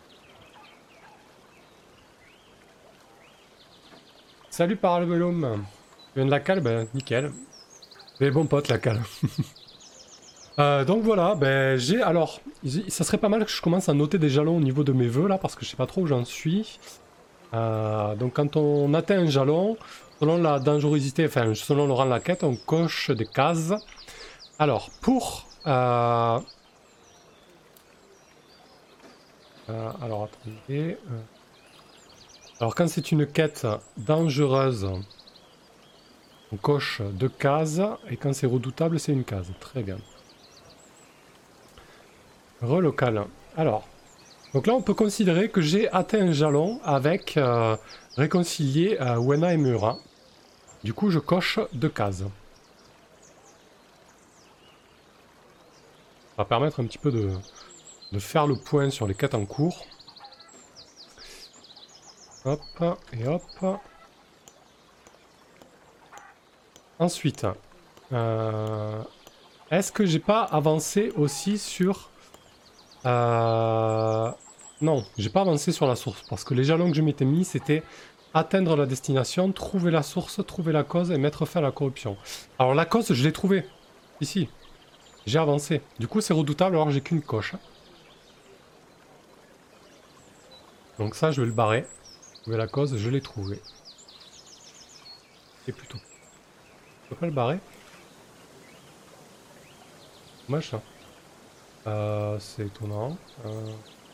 Salut Parabellum. Tu viens de la cale? Ben nickel. Mais bon pote la cale. euh, donc voilà, ben j'ai... Alors, ça serait pas mal que je commence à noter des jalons au niveau de mes vœux là, parce que je sais pas trop où j'en suis. Euh, donc quand on atteint un jalon, selon la dangerosité, enfin selon le rang de la quête, on coche des cases. Alors, pour... Euh... Euh, alors attendez... Euh... Alors quand c'est une quête dangereuse, on coche deux cases, et quand c'est redoutable, c'est une case. Très bien. Relocal. Alors, donc là on peut considérer que j'ai atteint un jalon avec euh, réconcilier euh, Wena et Murat. Du coup je coche deux cases. Ça va permettre un petit peu de, de faire le point sur les quêtes en cours. Hop, et hop. Ensuite, euh, est-ce que j'ai pas avancé aussi sur... Euh, non, j'ai pas avancé sur la source, parce que les jalons que je m'étais mis, c'était atteindre la destination, trouver la source, trouver la cause et mettre fin à la corruption. Alors la cause, je l'ai trouvée, ici. J'ai avancé. Du coup, c'est redoutable, alors j'ai qu'une coche. Donc ça, je vais le barrer. Trouver la cause, je l'ai trouvé. Et plutôt. Je peux pas le barrer. Dommage ça. Euh, c'est étonnant. Euh...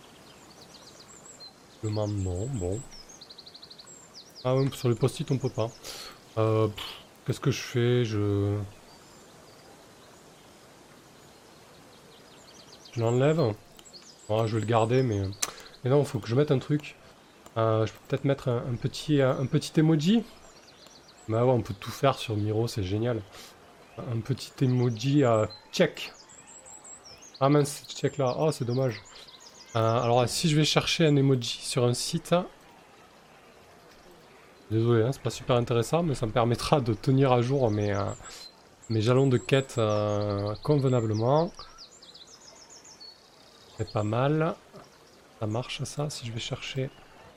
Le non, bon. Ah oui, sur le post-it on peut pas. Euh, Qu'est-ce que je fais? Je... Je l'enlève. Oh, je vais le garder, mais... Mais non, il faut que je mette un truc. Euh, je peux peut-être mettre un, un petit un petit emoji. Bah ouais, on peut tout faire sur Miro, c'est génial. Un petit emoji à euh, check. Ah mince, check là. Oh, c'est dommage. Euh, alors, si je vais chercher un emoji sur un site... Désolé, hein, c'est pas super intéressant, mais ça me permettra de tenir à jour mes, euh, mes jalons de quête euh, convenablement. C'est pas mal. Ça marche ça, si je vais chercher...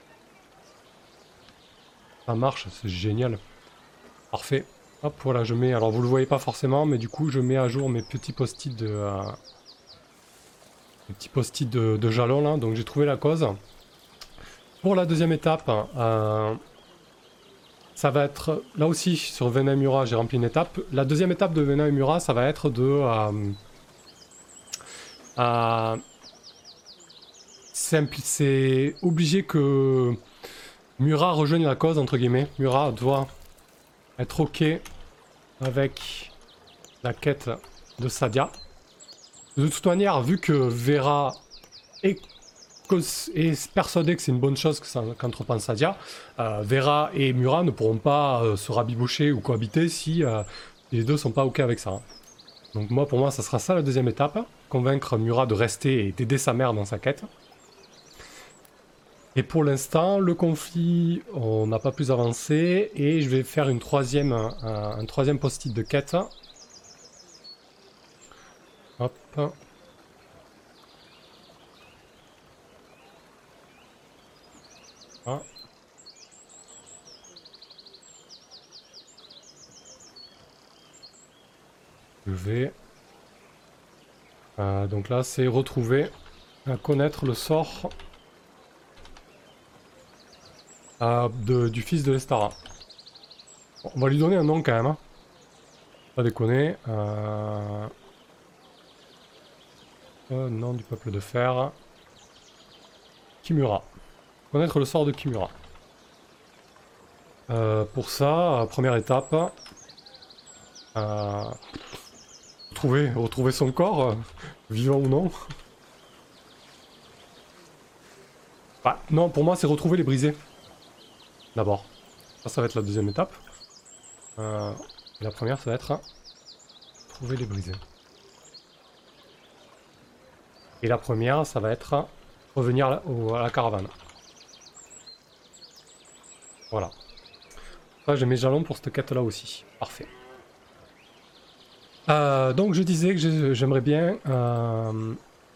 Ça marche, c'est génial. Parfait. Hop, voilà, je mets... Alors, vous le voyez pas forcément, mais du coup, je mets à jour mes petits post-it de... Euh, mes petits post-it de, de jalons, là. Donc, j'ai trouvé la cause. Pour la deuxième étape... Euh, ça va être, là aussi, sur Wena et Murat, j'ai rempli une étape. La deuxième étape de Wena et Murat, ça va être de... Euh, euh, c'est obligé que Murat rejoigne la cause, entre guillemets. Murat doit être OK avec la quête de Sadia. De toute manière, vu que Vera est... et persuadé que c'est une bonne chose qu'entreprend Sadia, euh, Vera et Murat ne pourront pas euh, se rabiboucher ou cohabiter si euh, les deux sont pas ok avec ça. Donc moi, pour moi, ça sera ça la deuxième étape. convaincre Murat de rester et d'aider sa mère dans sa quête. Et pour l'instant, le conflit, on n'a pas plus avancé. Et je vais faire une troisième, un, un troisième post-it de quête. Hop. Ah. Je vais... Euh, donc là, c'est retrouver, euh, connaître le sort euh, de, du fils de l'Estara. Bon, on va lui donner un nom quand même. Hein. Pas déconner. Euh... Euh, nom du peuple de fer. Kimura. Connaître le sort de Kimura. Euh, pour ça, première étape. Euh... Retrouver, retrouver son corps, euh, vivant ou non. Bah, non, pour moi, c'est retrouver les brisés. D'abord. Ça, ça va être la deuxième étape. Euh, la première, ça va être trouver les brisés. Et la première, ça va être revenir à la, au, à la caravane. Voilà. Ça, j'ai mes jalons pour cette quête-là aussi. Parfait. Euh, donc, je disais que j'aimerais bien euh,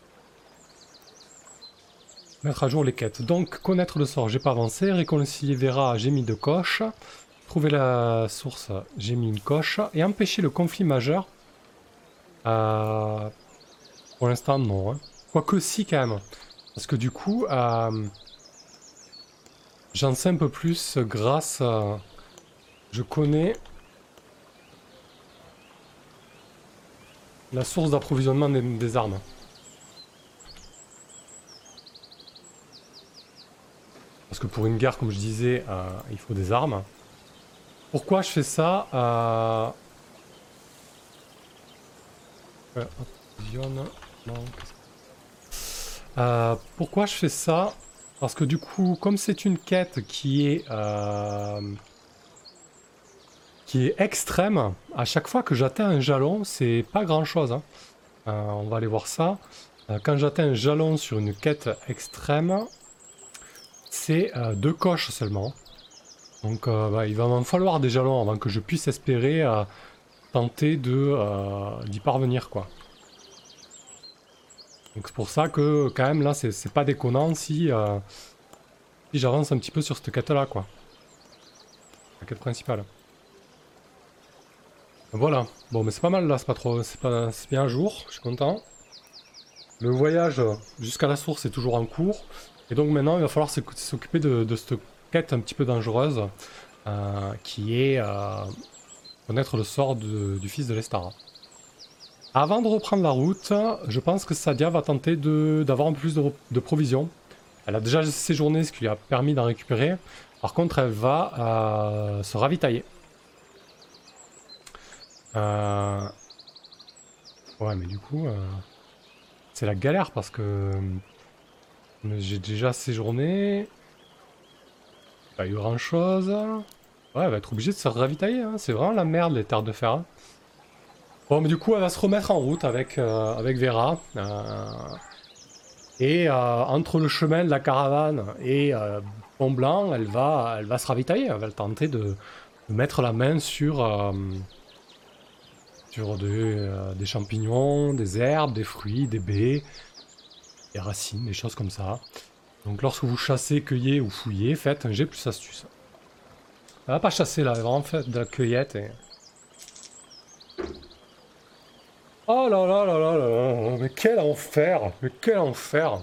mettre à jour les quêtes. Donc, connaître le sort, j'ai pas avancé. Réconcilier Vera, j'ai mis deux coches. Trouver la source, j'ai mis une coche. Et empêcher le conflit majeur. Euh, pour l'instant, non. Hein. Quoique si, quand même. Parce que du coup, euh, j'en sais un peu plus grâce à... Je connais la source d'approvisionnement des, des armes. Parce que pour une guerre, comme je disais, euh, il faut des armes. Pourquoi je fais ça euh... Ouais, approvisionne... Non, euh, pourquoi je fais ça? Parce que du coup, comme c'est une quête qui est... Euh... qui est extrême, à chaque fois que j'atteins un jalon, c'est pas grand chose. Hein. Euh, on va aller voir ça. Euh, quand j'atteins un jalon sur une quête extrême, c'est euh, deux coches seulement. Donc euh, bah, il va m'en falloir des jalons avant que je puisse espérer euh, tenter de euh, d'y parvenir quoi. Donc c'est pour ça que quand même là c'est pas déconnant si, euh, si j'avance un petit peu sur cette quête là quoi. La quête principale. Voilà, bon mais c'est pas mal là, c'est pas trop. C'est pas... bien un jour, je suis content. Le voyage jusqu'à la source est toujours en cours. Et donc maintenant il va falloir s'occuper de, de cette quête un petit peu dangereuse. Euh, qui est euh, connaître le sort de, du fils de l'Estara. Avant de reprendre la route, je pense que Sadia va tenter d'avoir un peu plus de, de provisions. Elle a déjà séjourné, ce qui lui a permis d'en récupérer. Par contre, elle va euh, se ravitailler. Euh... Ouais, mais du coup, euh... c'est la galère parce que j'ai déjà séjourné. Pas eu grand chose. Ouais, elle va être obligée de se ravitailler. Hein. C'est vraiment la merde, les terres de fer. Hein. Bon, mais du coup, elle va se remettre en route avec, euh, avec Vera. Euh, et euh, entre le chemin de la caravane et euh, Pont Blanc, elle va, elle va se ravitailler. Elle va tenter de, de mettre la main sur, euh, sur de, euh, des champignons, des herbes, des fruits, des baies, des racines, des choses comme ça. Donc lorsque vous chassez, cueillez ou fouillez, faites un jet plus astuce. Elle va pas chasser là, elle va vraiment faire de la cueillette. Et... Oh là là là là là là, mais quel enfer, mais quel enfer.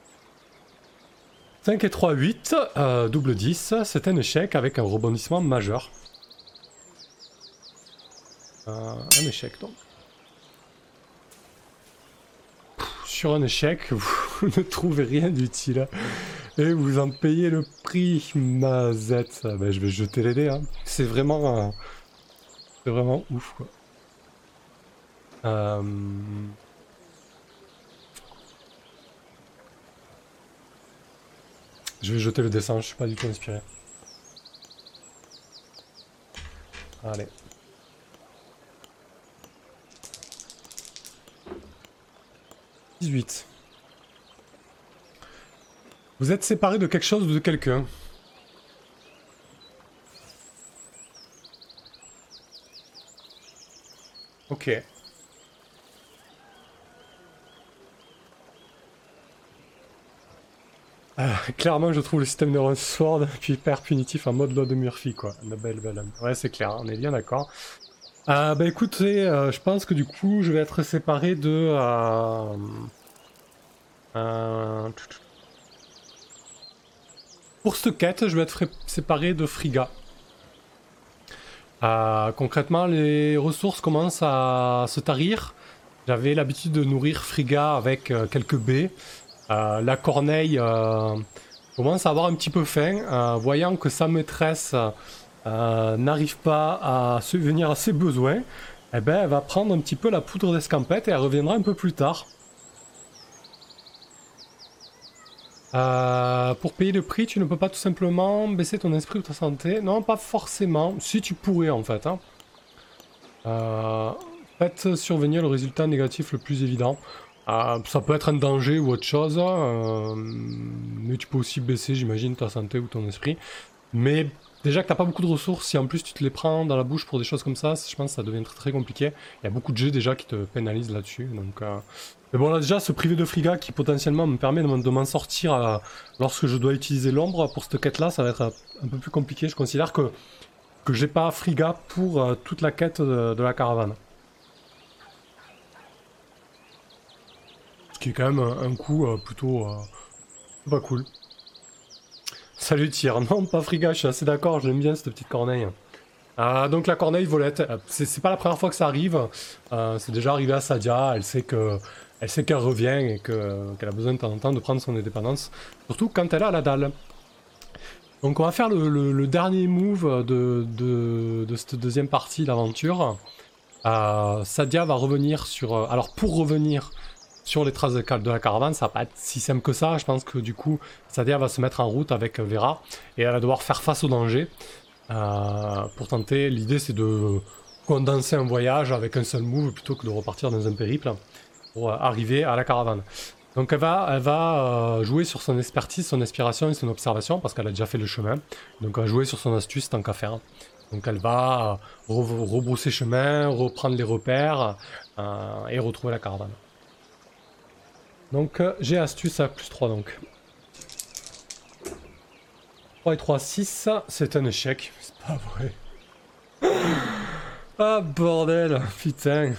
cinq et trois, huit, euh, double dix, c'est un échec avec un rebondissement majeur. Euh, un échec donc. Pff, sur un échec, vous ne trouvez rien d'utile. Et vous en payez le prix, mazette. Ben, je vais jeter les dés, hein. C'est vraiment... Euh, c'est vraiment ouf, quoi. Euh... Je vais jeter le dessin, je suis pas du tout inspiré. Allez. dix-huit. Vous êtes séparés de quelque chose ou de quelqu'un. Ok. Euh, clairement, je trouve le système de Sword puis hyper punitif en mode loi de Murphy, quoi. La belle belle. Ouais, c'est clair, on est bien d'accord. Euh, bah écoutez, euh, je pense que du coup, je vais être séparé de... Euh, euh, pour cette quête, je vais être séparé de Friga. Euh, concrètement, les ressources commencent à se tarir. J'avais l'habitude de nourrir Friga avec euh, quelques baies. Euh, la corneille euh, commence à avoir un petit peu faim, euh, voyant que sa maîtresse euh, n'arrive pas à subvenir à ses besoins. Eh ben, elle va prendre un petit peu la poudre d'escampette et elle reviendra un peu plus tard. Euh, pour payer le prix, tu ne peux pas tout simplement baisser ton esprit ou ta santé. Non, pas forcément. Si tu pourrais en fait. Hein. Euh, faites survenir le résultat négatif le plus évident. Euh, ça peut être un danger ou autre chose. Euh, mais tu peux aussi baisser, j'imagine, ta santé ou ton esprit. Mais déjà que t'as pas beaucoup de ressources, si en plus tu te les prends dans la bouche pour des choses comme ça, je pense que ça devient très, très compliqué. Il y a beaucoup de jeux déjà qui te pénalisent là-dessus. Donc, euh... Mais bon, là déjà, ce privé de Friga qui potentiellement me permet de m'en sortir euh, lorsque je dois utiliser l'ombre pour cette quête-là, ça va être un peu plus compliqué. Je considère que, que j'ai pas Friga pour euh, toute la quête de, de la caravane. Ce qui est quand même un, un coup euh, plutôt euh, pas cool. Salut Tyr, non pas Friga, je suis assez d'accord, j'aime bien cette petite corneille. Euh, donc la corneille volette, euh, c'est pas la première fois que ça arrive, euh, c'est déjà arrivé à Sadia, elle sait que elle sait qu'elle revient et que, qu'elle a besoin de temps en temps de prendre son indépendance, surtout quand elle a la dalle. Donc on va faire le, le, le dernier move de, de, de cette deuxième partie d'aventure. Euh, Sadia va revenir sur... Euh, alors pour revenir sur les traces de, de la caravane, ça va pas être si simple que ça, je pense que du coup Sadia va se mettre en route avec Vera et elle va devoir faire face au danger. Euh, pour tenter, l'idée c'est de condenser un voyage avec un seul move plutôt que de repartir dans un périple pour arriver à la caravane. Donc elle va, elle va euh, jouer sur son expertise, son inspiration et son observation parce qu'elle a déjà fait le chemin. Donc elle va jouer sur son astuce tant qu'à faire. Donc elle va euh, re rebrousser chemin, reprendre les repères euh, et retrouver la caravane. Donc euh, j'ai astuce à plus trois donc. trois et trois, six, c'est un échec. C'est pas vrai. Ah bordel, putain.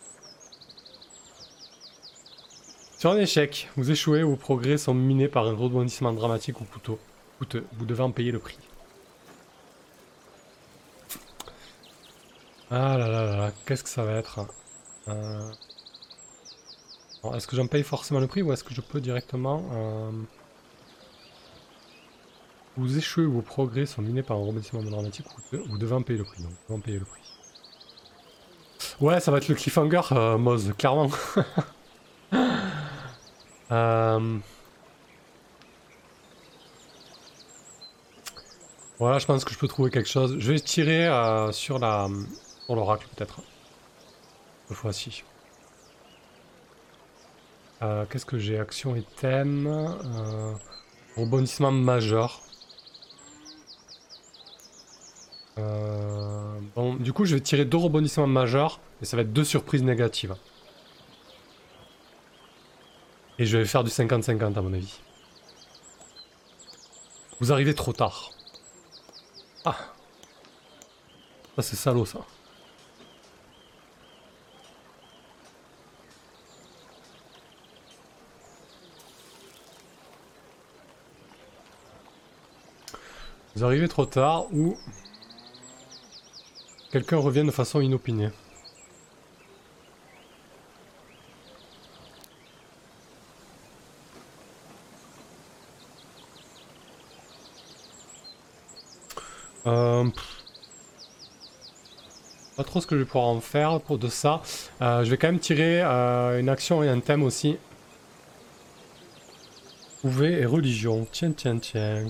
Sur un échec, vous échouez, vos progrès sont minés par un rebondissement dramatique ou coûteux. coûteux. Vous devez en payer le prix. Ah là là là là, qu'est-ce que ça va être euh... Est-ce que j'en paye forcément le prix ou est-ce que je peux directement... Euh... Vous échouez, vos progrès sont minés par un rebondissement dramatique ou coûteux. Vous devez en payer le prix, donc vous devez en payer le prix. Ouais, ça va être le cliffhanger, euh, Moz, clairement. euh... Voilà, je pense que je peux trouver quelque chose. Je vais tirer euh, sur la... sur l'oracle, peut-être. Cette fois-ci. Euh, Qu'est-ce que j'ai? Action et thème. Euh... Rebondissement majeur. Euh... Bon, du coup, je vais tirer deux rebondissements majeurs. Et ça va être deux surprises négatives. Et je vais faire du cinquante cinquante à mon avis. Vous arrivez trop tard. Ah. Ça c'est salaud ça. Vous arrivez trop tard ou... Quelqu'un revient de façon inopinée. Euh... Pas trop ce que je vais pouvoir en faire pour de ça. Euh, je vais quand même tirer euh, une action et un thème aussi. Trouver et religion. Tiens, tiens, tiens.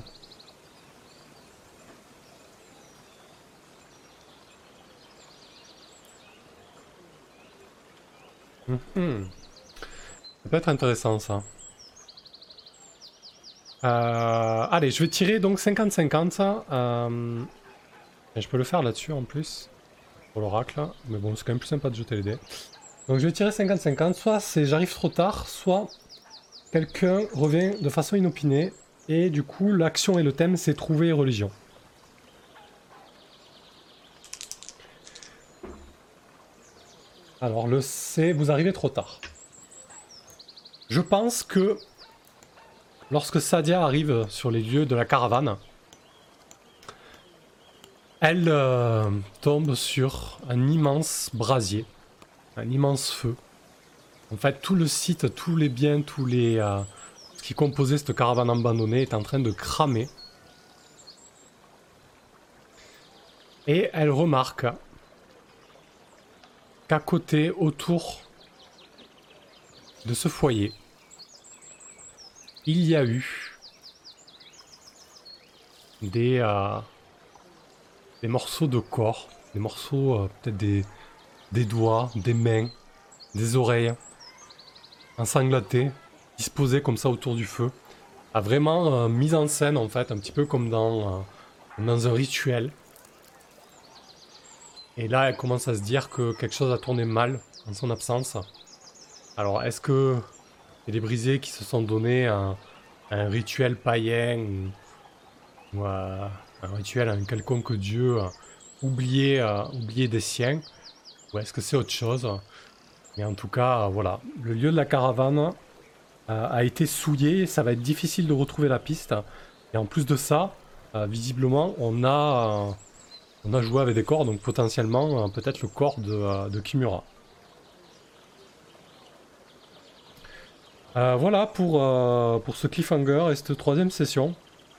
Mm-hmm. Ça peut être intéressant ça. Euh, allez, je vais tirer donc cinquante cinquante. Euh, je peux le faire là-dessus en plus. Pour l'oracle. Mais bon, c'est quand même plus sympa de jeter les dés. Donc je vais tirer cinquante cinquante. Soit c'est j'arrive trop tard, soit quelqu'un revient de façon inopinée. Et du coup, l'action et le thème, c'est trouver religion. Alors le C, vous arrivez trop tard. Je pense que lorsque Sadia arrive sur les lieux de la caravane, elle euh, tombe sur un immense brasier, un immense feu. En fait, tout le site, tous les biens, tous les euh, ce qui composait cette caravane abandonnée est en train de cramer. Et elle remarque qu'à côté, autour de ce foyer, il y a eu des, euh, des morceaux de corps, des morceaux, euh, peut-être des, des doigts, des mains, des oreilles, ensanglantés, disposés comme ça autour du feu. A vraiment euh, mise en scène en fait, un petit peu comme dans, euh, dans un rituel. Et là, elle commence à se dire que quelque chose a tourné mal en son absence. Alors, est-ce que il y a des brisés qui se sont donné un, un rituel païen ou, ou euh, un rituel à un quelconque dieu euh, oublié, euh, oublié des siens? Ou est-ce que c'est autre chose? Mais en tout cas, euh, voilà. Le lieu de la caravane euh, a été souillé. Ça va être difficile de retrouver la piste. Et en plus de ça, euh, visiblement, on a... Euh, On a joué avec des corps, donc potentiellement, euh, peut-être le corps de, euh, de Kimura. Euh, voilà pour, euh, pour ce cliffhanger et cette troisième session.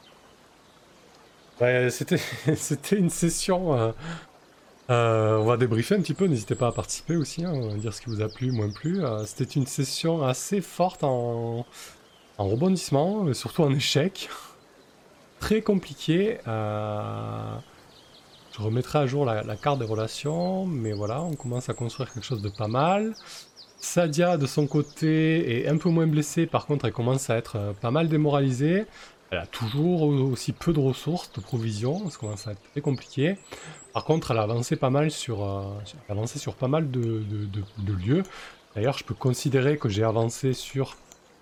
Ouais, c'était, c'était une session... Euh, euh, on va débriefer un petit peu, n'hésitez pas à participer aussi, hein, dire ce qui vous a plu, moins plu. Euh, c'était une session assez forte en, en rebondissement, mais surtout en échec. Très compliqué. Euh... Je remettrai à jour la, la carte des relations, mais voilà, on commence à construire quelque chose de pas mal. Sadia, de son côté, est un peu moins blessée, par contre, elle commence à être euh, pas mal démoralisée. Elle a toujours aussi peu de ressources, de provisions, ça commence à être très compliqué. Par contre, elle a avancé pas mal sur, euh, elle a avancé sur pas mal de, de, de, de lieux. D'ailleurs, je peux considérer que j'ai avancé sur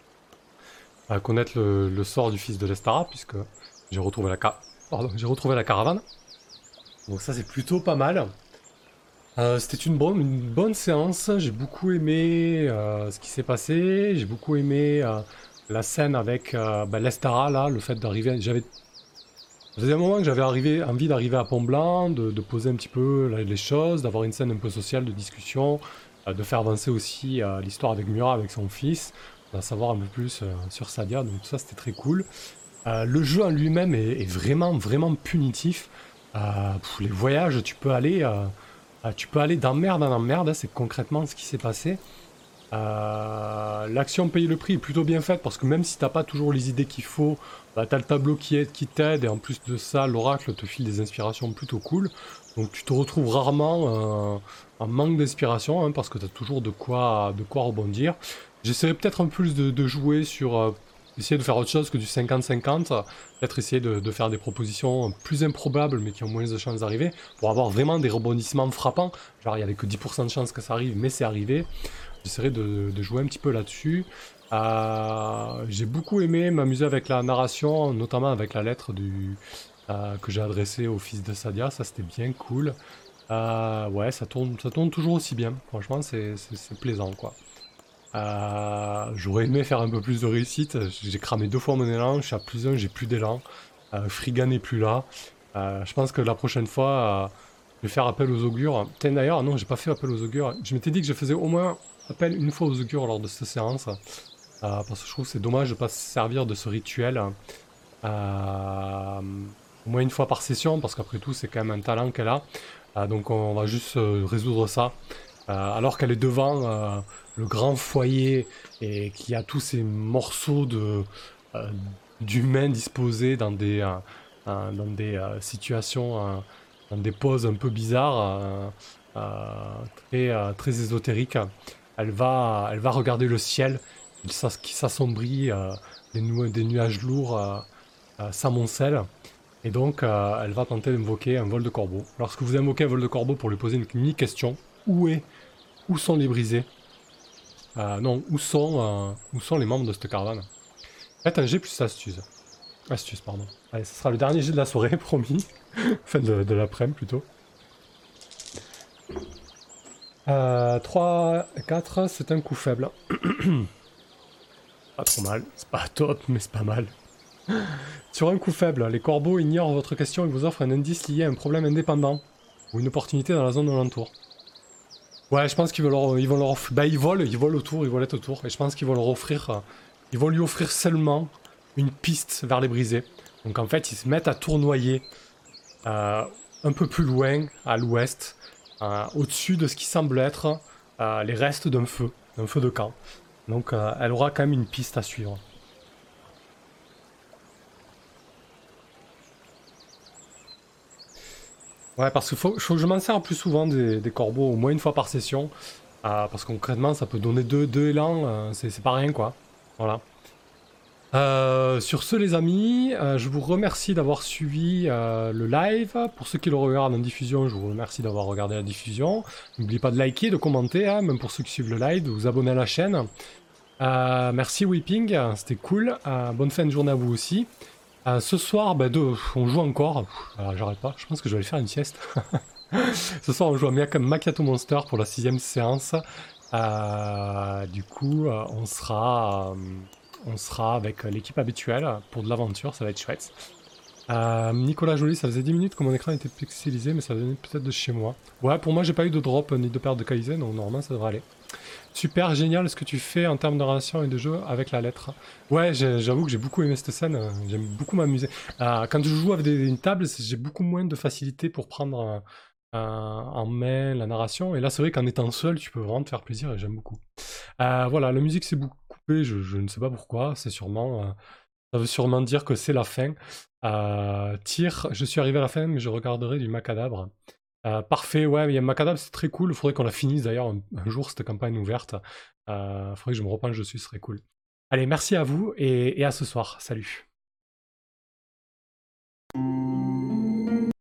à connaître le, le sort du fils de Lestara, puisque j'ai retrouvé la, ca... Pardon, j'ai retrouvé la caravane. Donc ça, c'est plutôt pas mal. Euh, c'était une bonne, une bonne séance, j'ai beaucoup aimé euh, ce qui s'est passé, j'ai beaucoup aimé euh, la scène avec euh, bah, Lestara, là, le fait d'arriver, j'avais... Ça faisait un moment que j'avais arrivé, envie d'arriver à Pont-Blanc, de, de poser un petit peu là, les choses, d'avoir une scène un peu sociale de discussion, euh, de faire avancer aussi euh, l'histoire avec Murat, avec son fils, d'en savoir un peu plus euh, sur Sadia, donc tout ça c'était très cool. Euh, le jeu en lui-même est, est vraiment, vraiment punitif. Euh, pff, les voyages, tu peux aller... Euh, ah, tu peux aller d'emmerde en emmerde, hein, c'est concrètement ce qui s'est passé. Euh, L'action paye le prix est plutôt bien faite parce que même si t'as pas toujours les idées qu'il faut, bah, t'as le tableau qui aide, qui t'aide et en plus de ça, l'oracle te file des inspirations plutôt cool. Donc tu te retrouves rarement euh, en manque d'inspiration hein, parce que t'as toujours de quoi, de quoi rebondir. J'essaierai peut-être un peu plus de, de jouer sur... Euh, essayer de faire autre chose que du cinquante cinquante, peut-être essayer de, de faire des propositions plus improbables mais qui ont moins de chances d'arriver, pour avoir vraiment des rebondissements frappants, genre il n'y avait que dix pour cent de chances que ça arrive, mais c'est arrivé. J'essaierai de, de jouer un petit peu là-dessus. Euh, j'ai beaucoup aimé m'amuser avec la narration, notamment avec la lettre du, euh, que j'ai adressée au fils de Sadia, ça c'était bien cool. Euh, ouais, ça tourne, ça tourne toujours aussi bien, franchement c'est plaisant quoi. Euh, J'aurais aimé faire un peu plus de réussite. J'ai cramé deux fois mon élan. Je suis à plus un, j'ai plus d'élan. Euh, Frigga n'est plus là. Euh, je pense que la prochaine fois, euh, je vais faire appel aux augures. Tiens, d'ailleurs, non, j'ai pas fait appel aux augures. Je m'étais dit que je faisais au moins appel une fois aux augures lors de cette séance. Euh, parce que je trouve que c'est dommage de pas se servir de ce rituel. Euh, au moins une fois par session, parce qu'après tout, c'est quand même un talent qu'elle a. Euh, donc on va juste euh, résoudre ça. Euh, alors qu'elle est devant euh, le grand foyer et qu'il y a tous ces morceaux de euh, d'humains disposés dans des euh, euh, dans des euh, situations, euh, dans des poses un peu bizarres, euh, euh, très euh, très ésotériques. Elle va elle va regarder le ciel qui s'assombrit, euh, des, nu des nuages lourds euh, euh, s'amoncellent. Et donc, euh, elle va tenter d'invoquer un vol de corbeau. Lorsque vous invoquez un vol de corbeau pour lui poser une mini-question, où est, où sont les brisés euh, Non, où sont, euh, où sont les membres de cette caravane? Faites un G plus astuce. Astuce, pardon. Allez, ce sera le dernier G de la soirée, promis. Enfin, de, de l'après-midi, plutôt. Euh, trois, quatre, c'est un coup faible. Pas trop mal. C'est pas top, mais c'est pas mal. Sur un coup faible, les corbeaux ignorent votre question et vous offrent un indice lié à un problème indépendant ou une opportunité dans la zone alentour. Ouais, je pense qu'ils vont leur, ils vont leur offrir. Bah, ils volent, ils volent autour, ils volent autour. Et je pense qu'ils vont leur offrir. Euh, ils vont lui offrir seulement une piste vers les brisés. Donc en fait, ils se mettent à tournoyer euh, un peu plus loin, à l'ouest, euh, au-dessus de ce qui semble être euh, les restes d'un feu, d'un feu de camp. Donc euh, elle aura quand même une piste à suivre. Ouais, parce qu'il faut, faut que je m'en sers plus souvent des, des corbeaux, au moins une fois par session. Euh, parce que concrètement, ça peut donner deux, deux élans, euh, c'est pas rien quoi. Voilà. Euh, sur ce, les amis, euh, je vous remercie d'avoir suivi euh, le live. Pour ceux qui le regardent en diffusion, je vous remercie d'avoir regardé la diffusion. N'oubliez pas de liker, de commenter, hein, même pour ceux qui suivent le live, de vous abonner à la chaîne. Euh, merci Weeping, c'était cool. Euh, bonne fin de journée à vous aussi. Euh, ce soir, bah, de, on joue encore. Euh, J'arrête pas, je pense que je vais aller faire une sieste. Ce soir, on joue à Macchiato Monster pour la sixième séance. Euh, du coup, euh, on sera, euh, on sera avec l'équipe habituelle pour de l'aventure, ça va être chouette. Euh, Nicolas Joly, ça faisait dix minutes que mon écran était pixelisé, mais ça venait peut-être de chez moi. Ouais, pour moi, j'ai pas eu de drop ni de perte de qualité, donc normalement, ça devrait aller. Super génial ce que tu fais en termes de relation et de jeu avec la lettre. Ouais, j'avoue que j'ai beaucoup aimé cette scène, j'aime beaucoup m'amuser. Euh, quand je joue avec des, une table, j'ai beaucoup moins de facilité pour prendre euh, euh, en main la narration. Et là, c'est vrai qu'en étant seul, tu peux vraiment te faire plaisir et j'aime beaucoup. Euh, voilà, la musique s'est beaucoup coupée, je, je ne sais pas pourquoi, c'est sûrement... Euh, ça veut sûrement dire que c'est la fin. Euh, tir, je suis arrivé à la fin, mais je regarderai du Macadabre. Euh, parfait, ouais, il y a Macadam, c'est très cool. Il faudrait qu'on la finisse d'ailleurs un, un jour, cette campagne ouverte. Il euh, faudrait que je me repenche dessus, ce serait cool. Allez, merci à vous et, et à ce soir. Salut.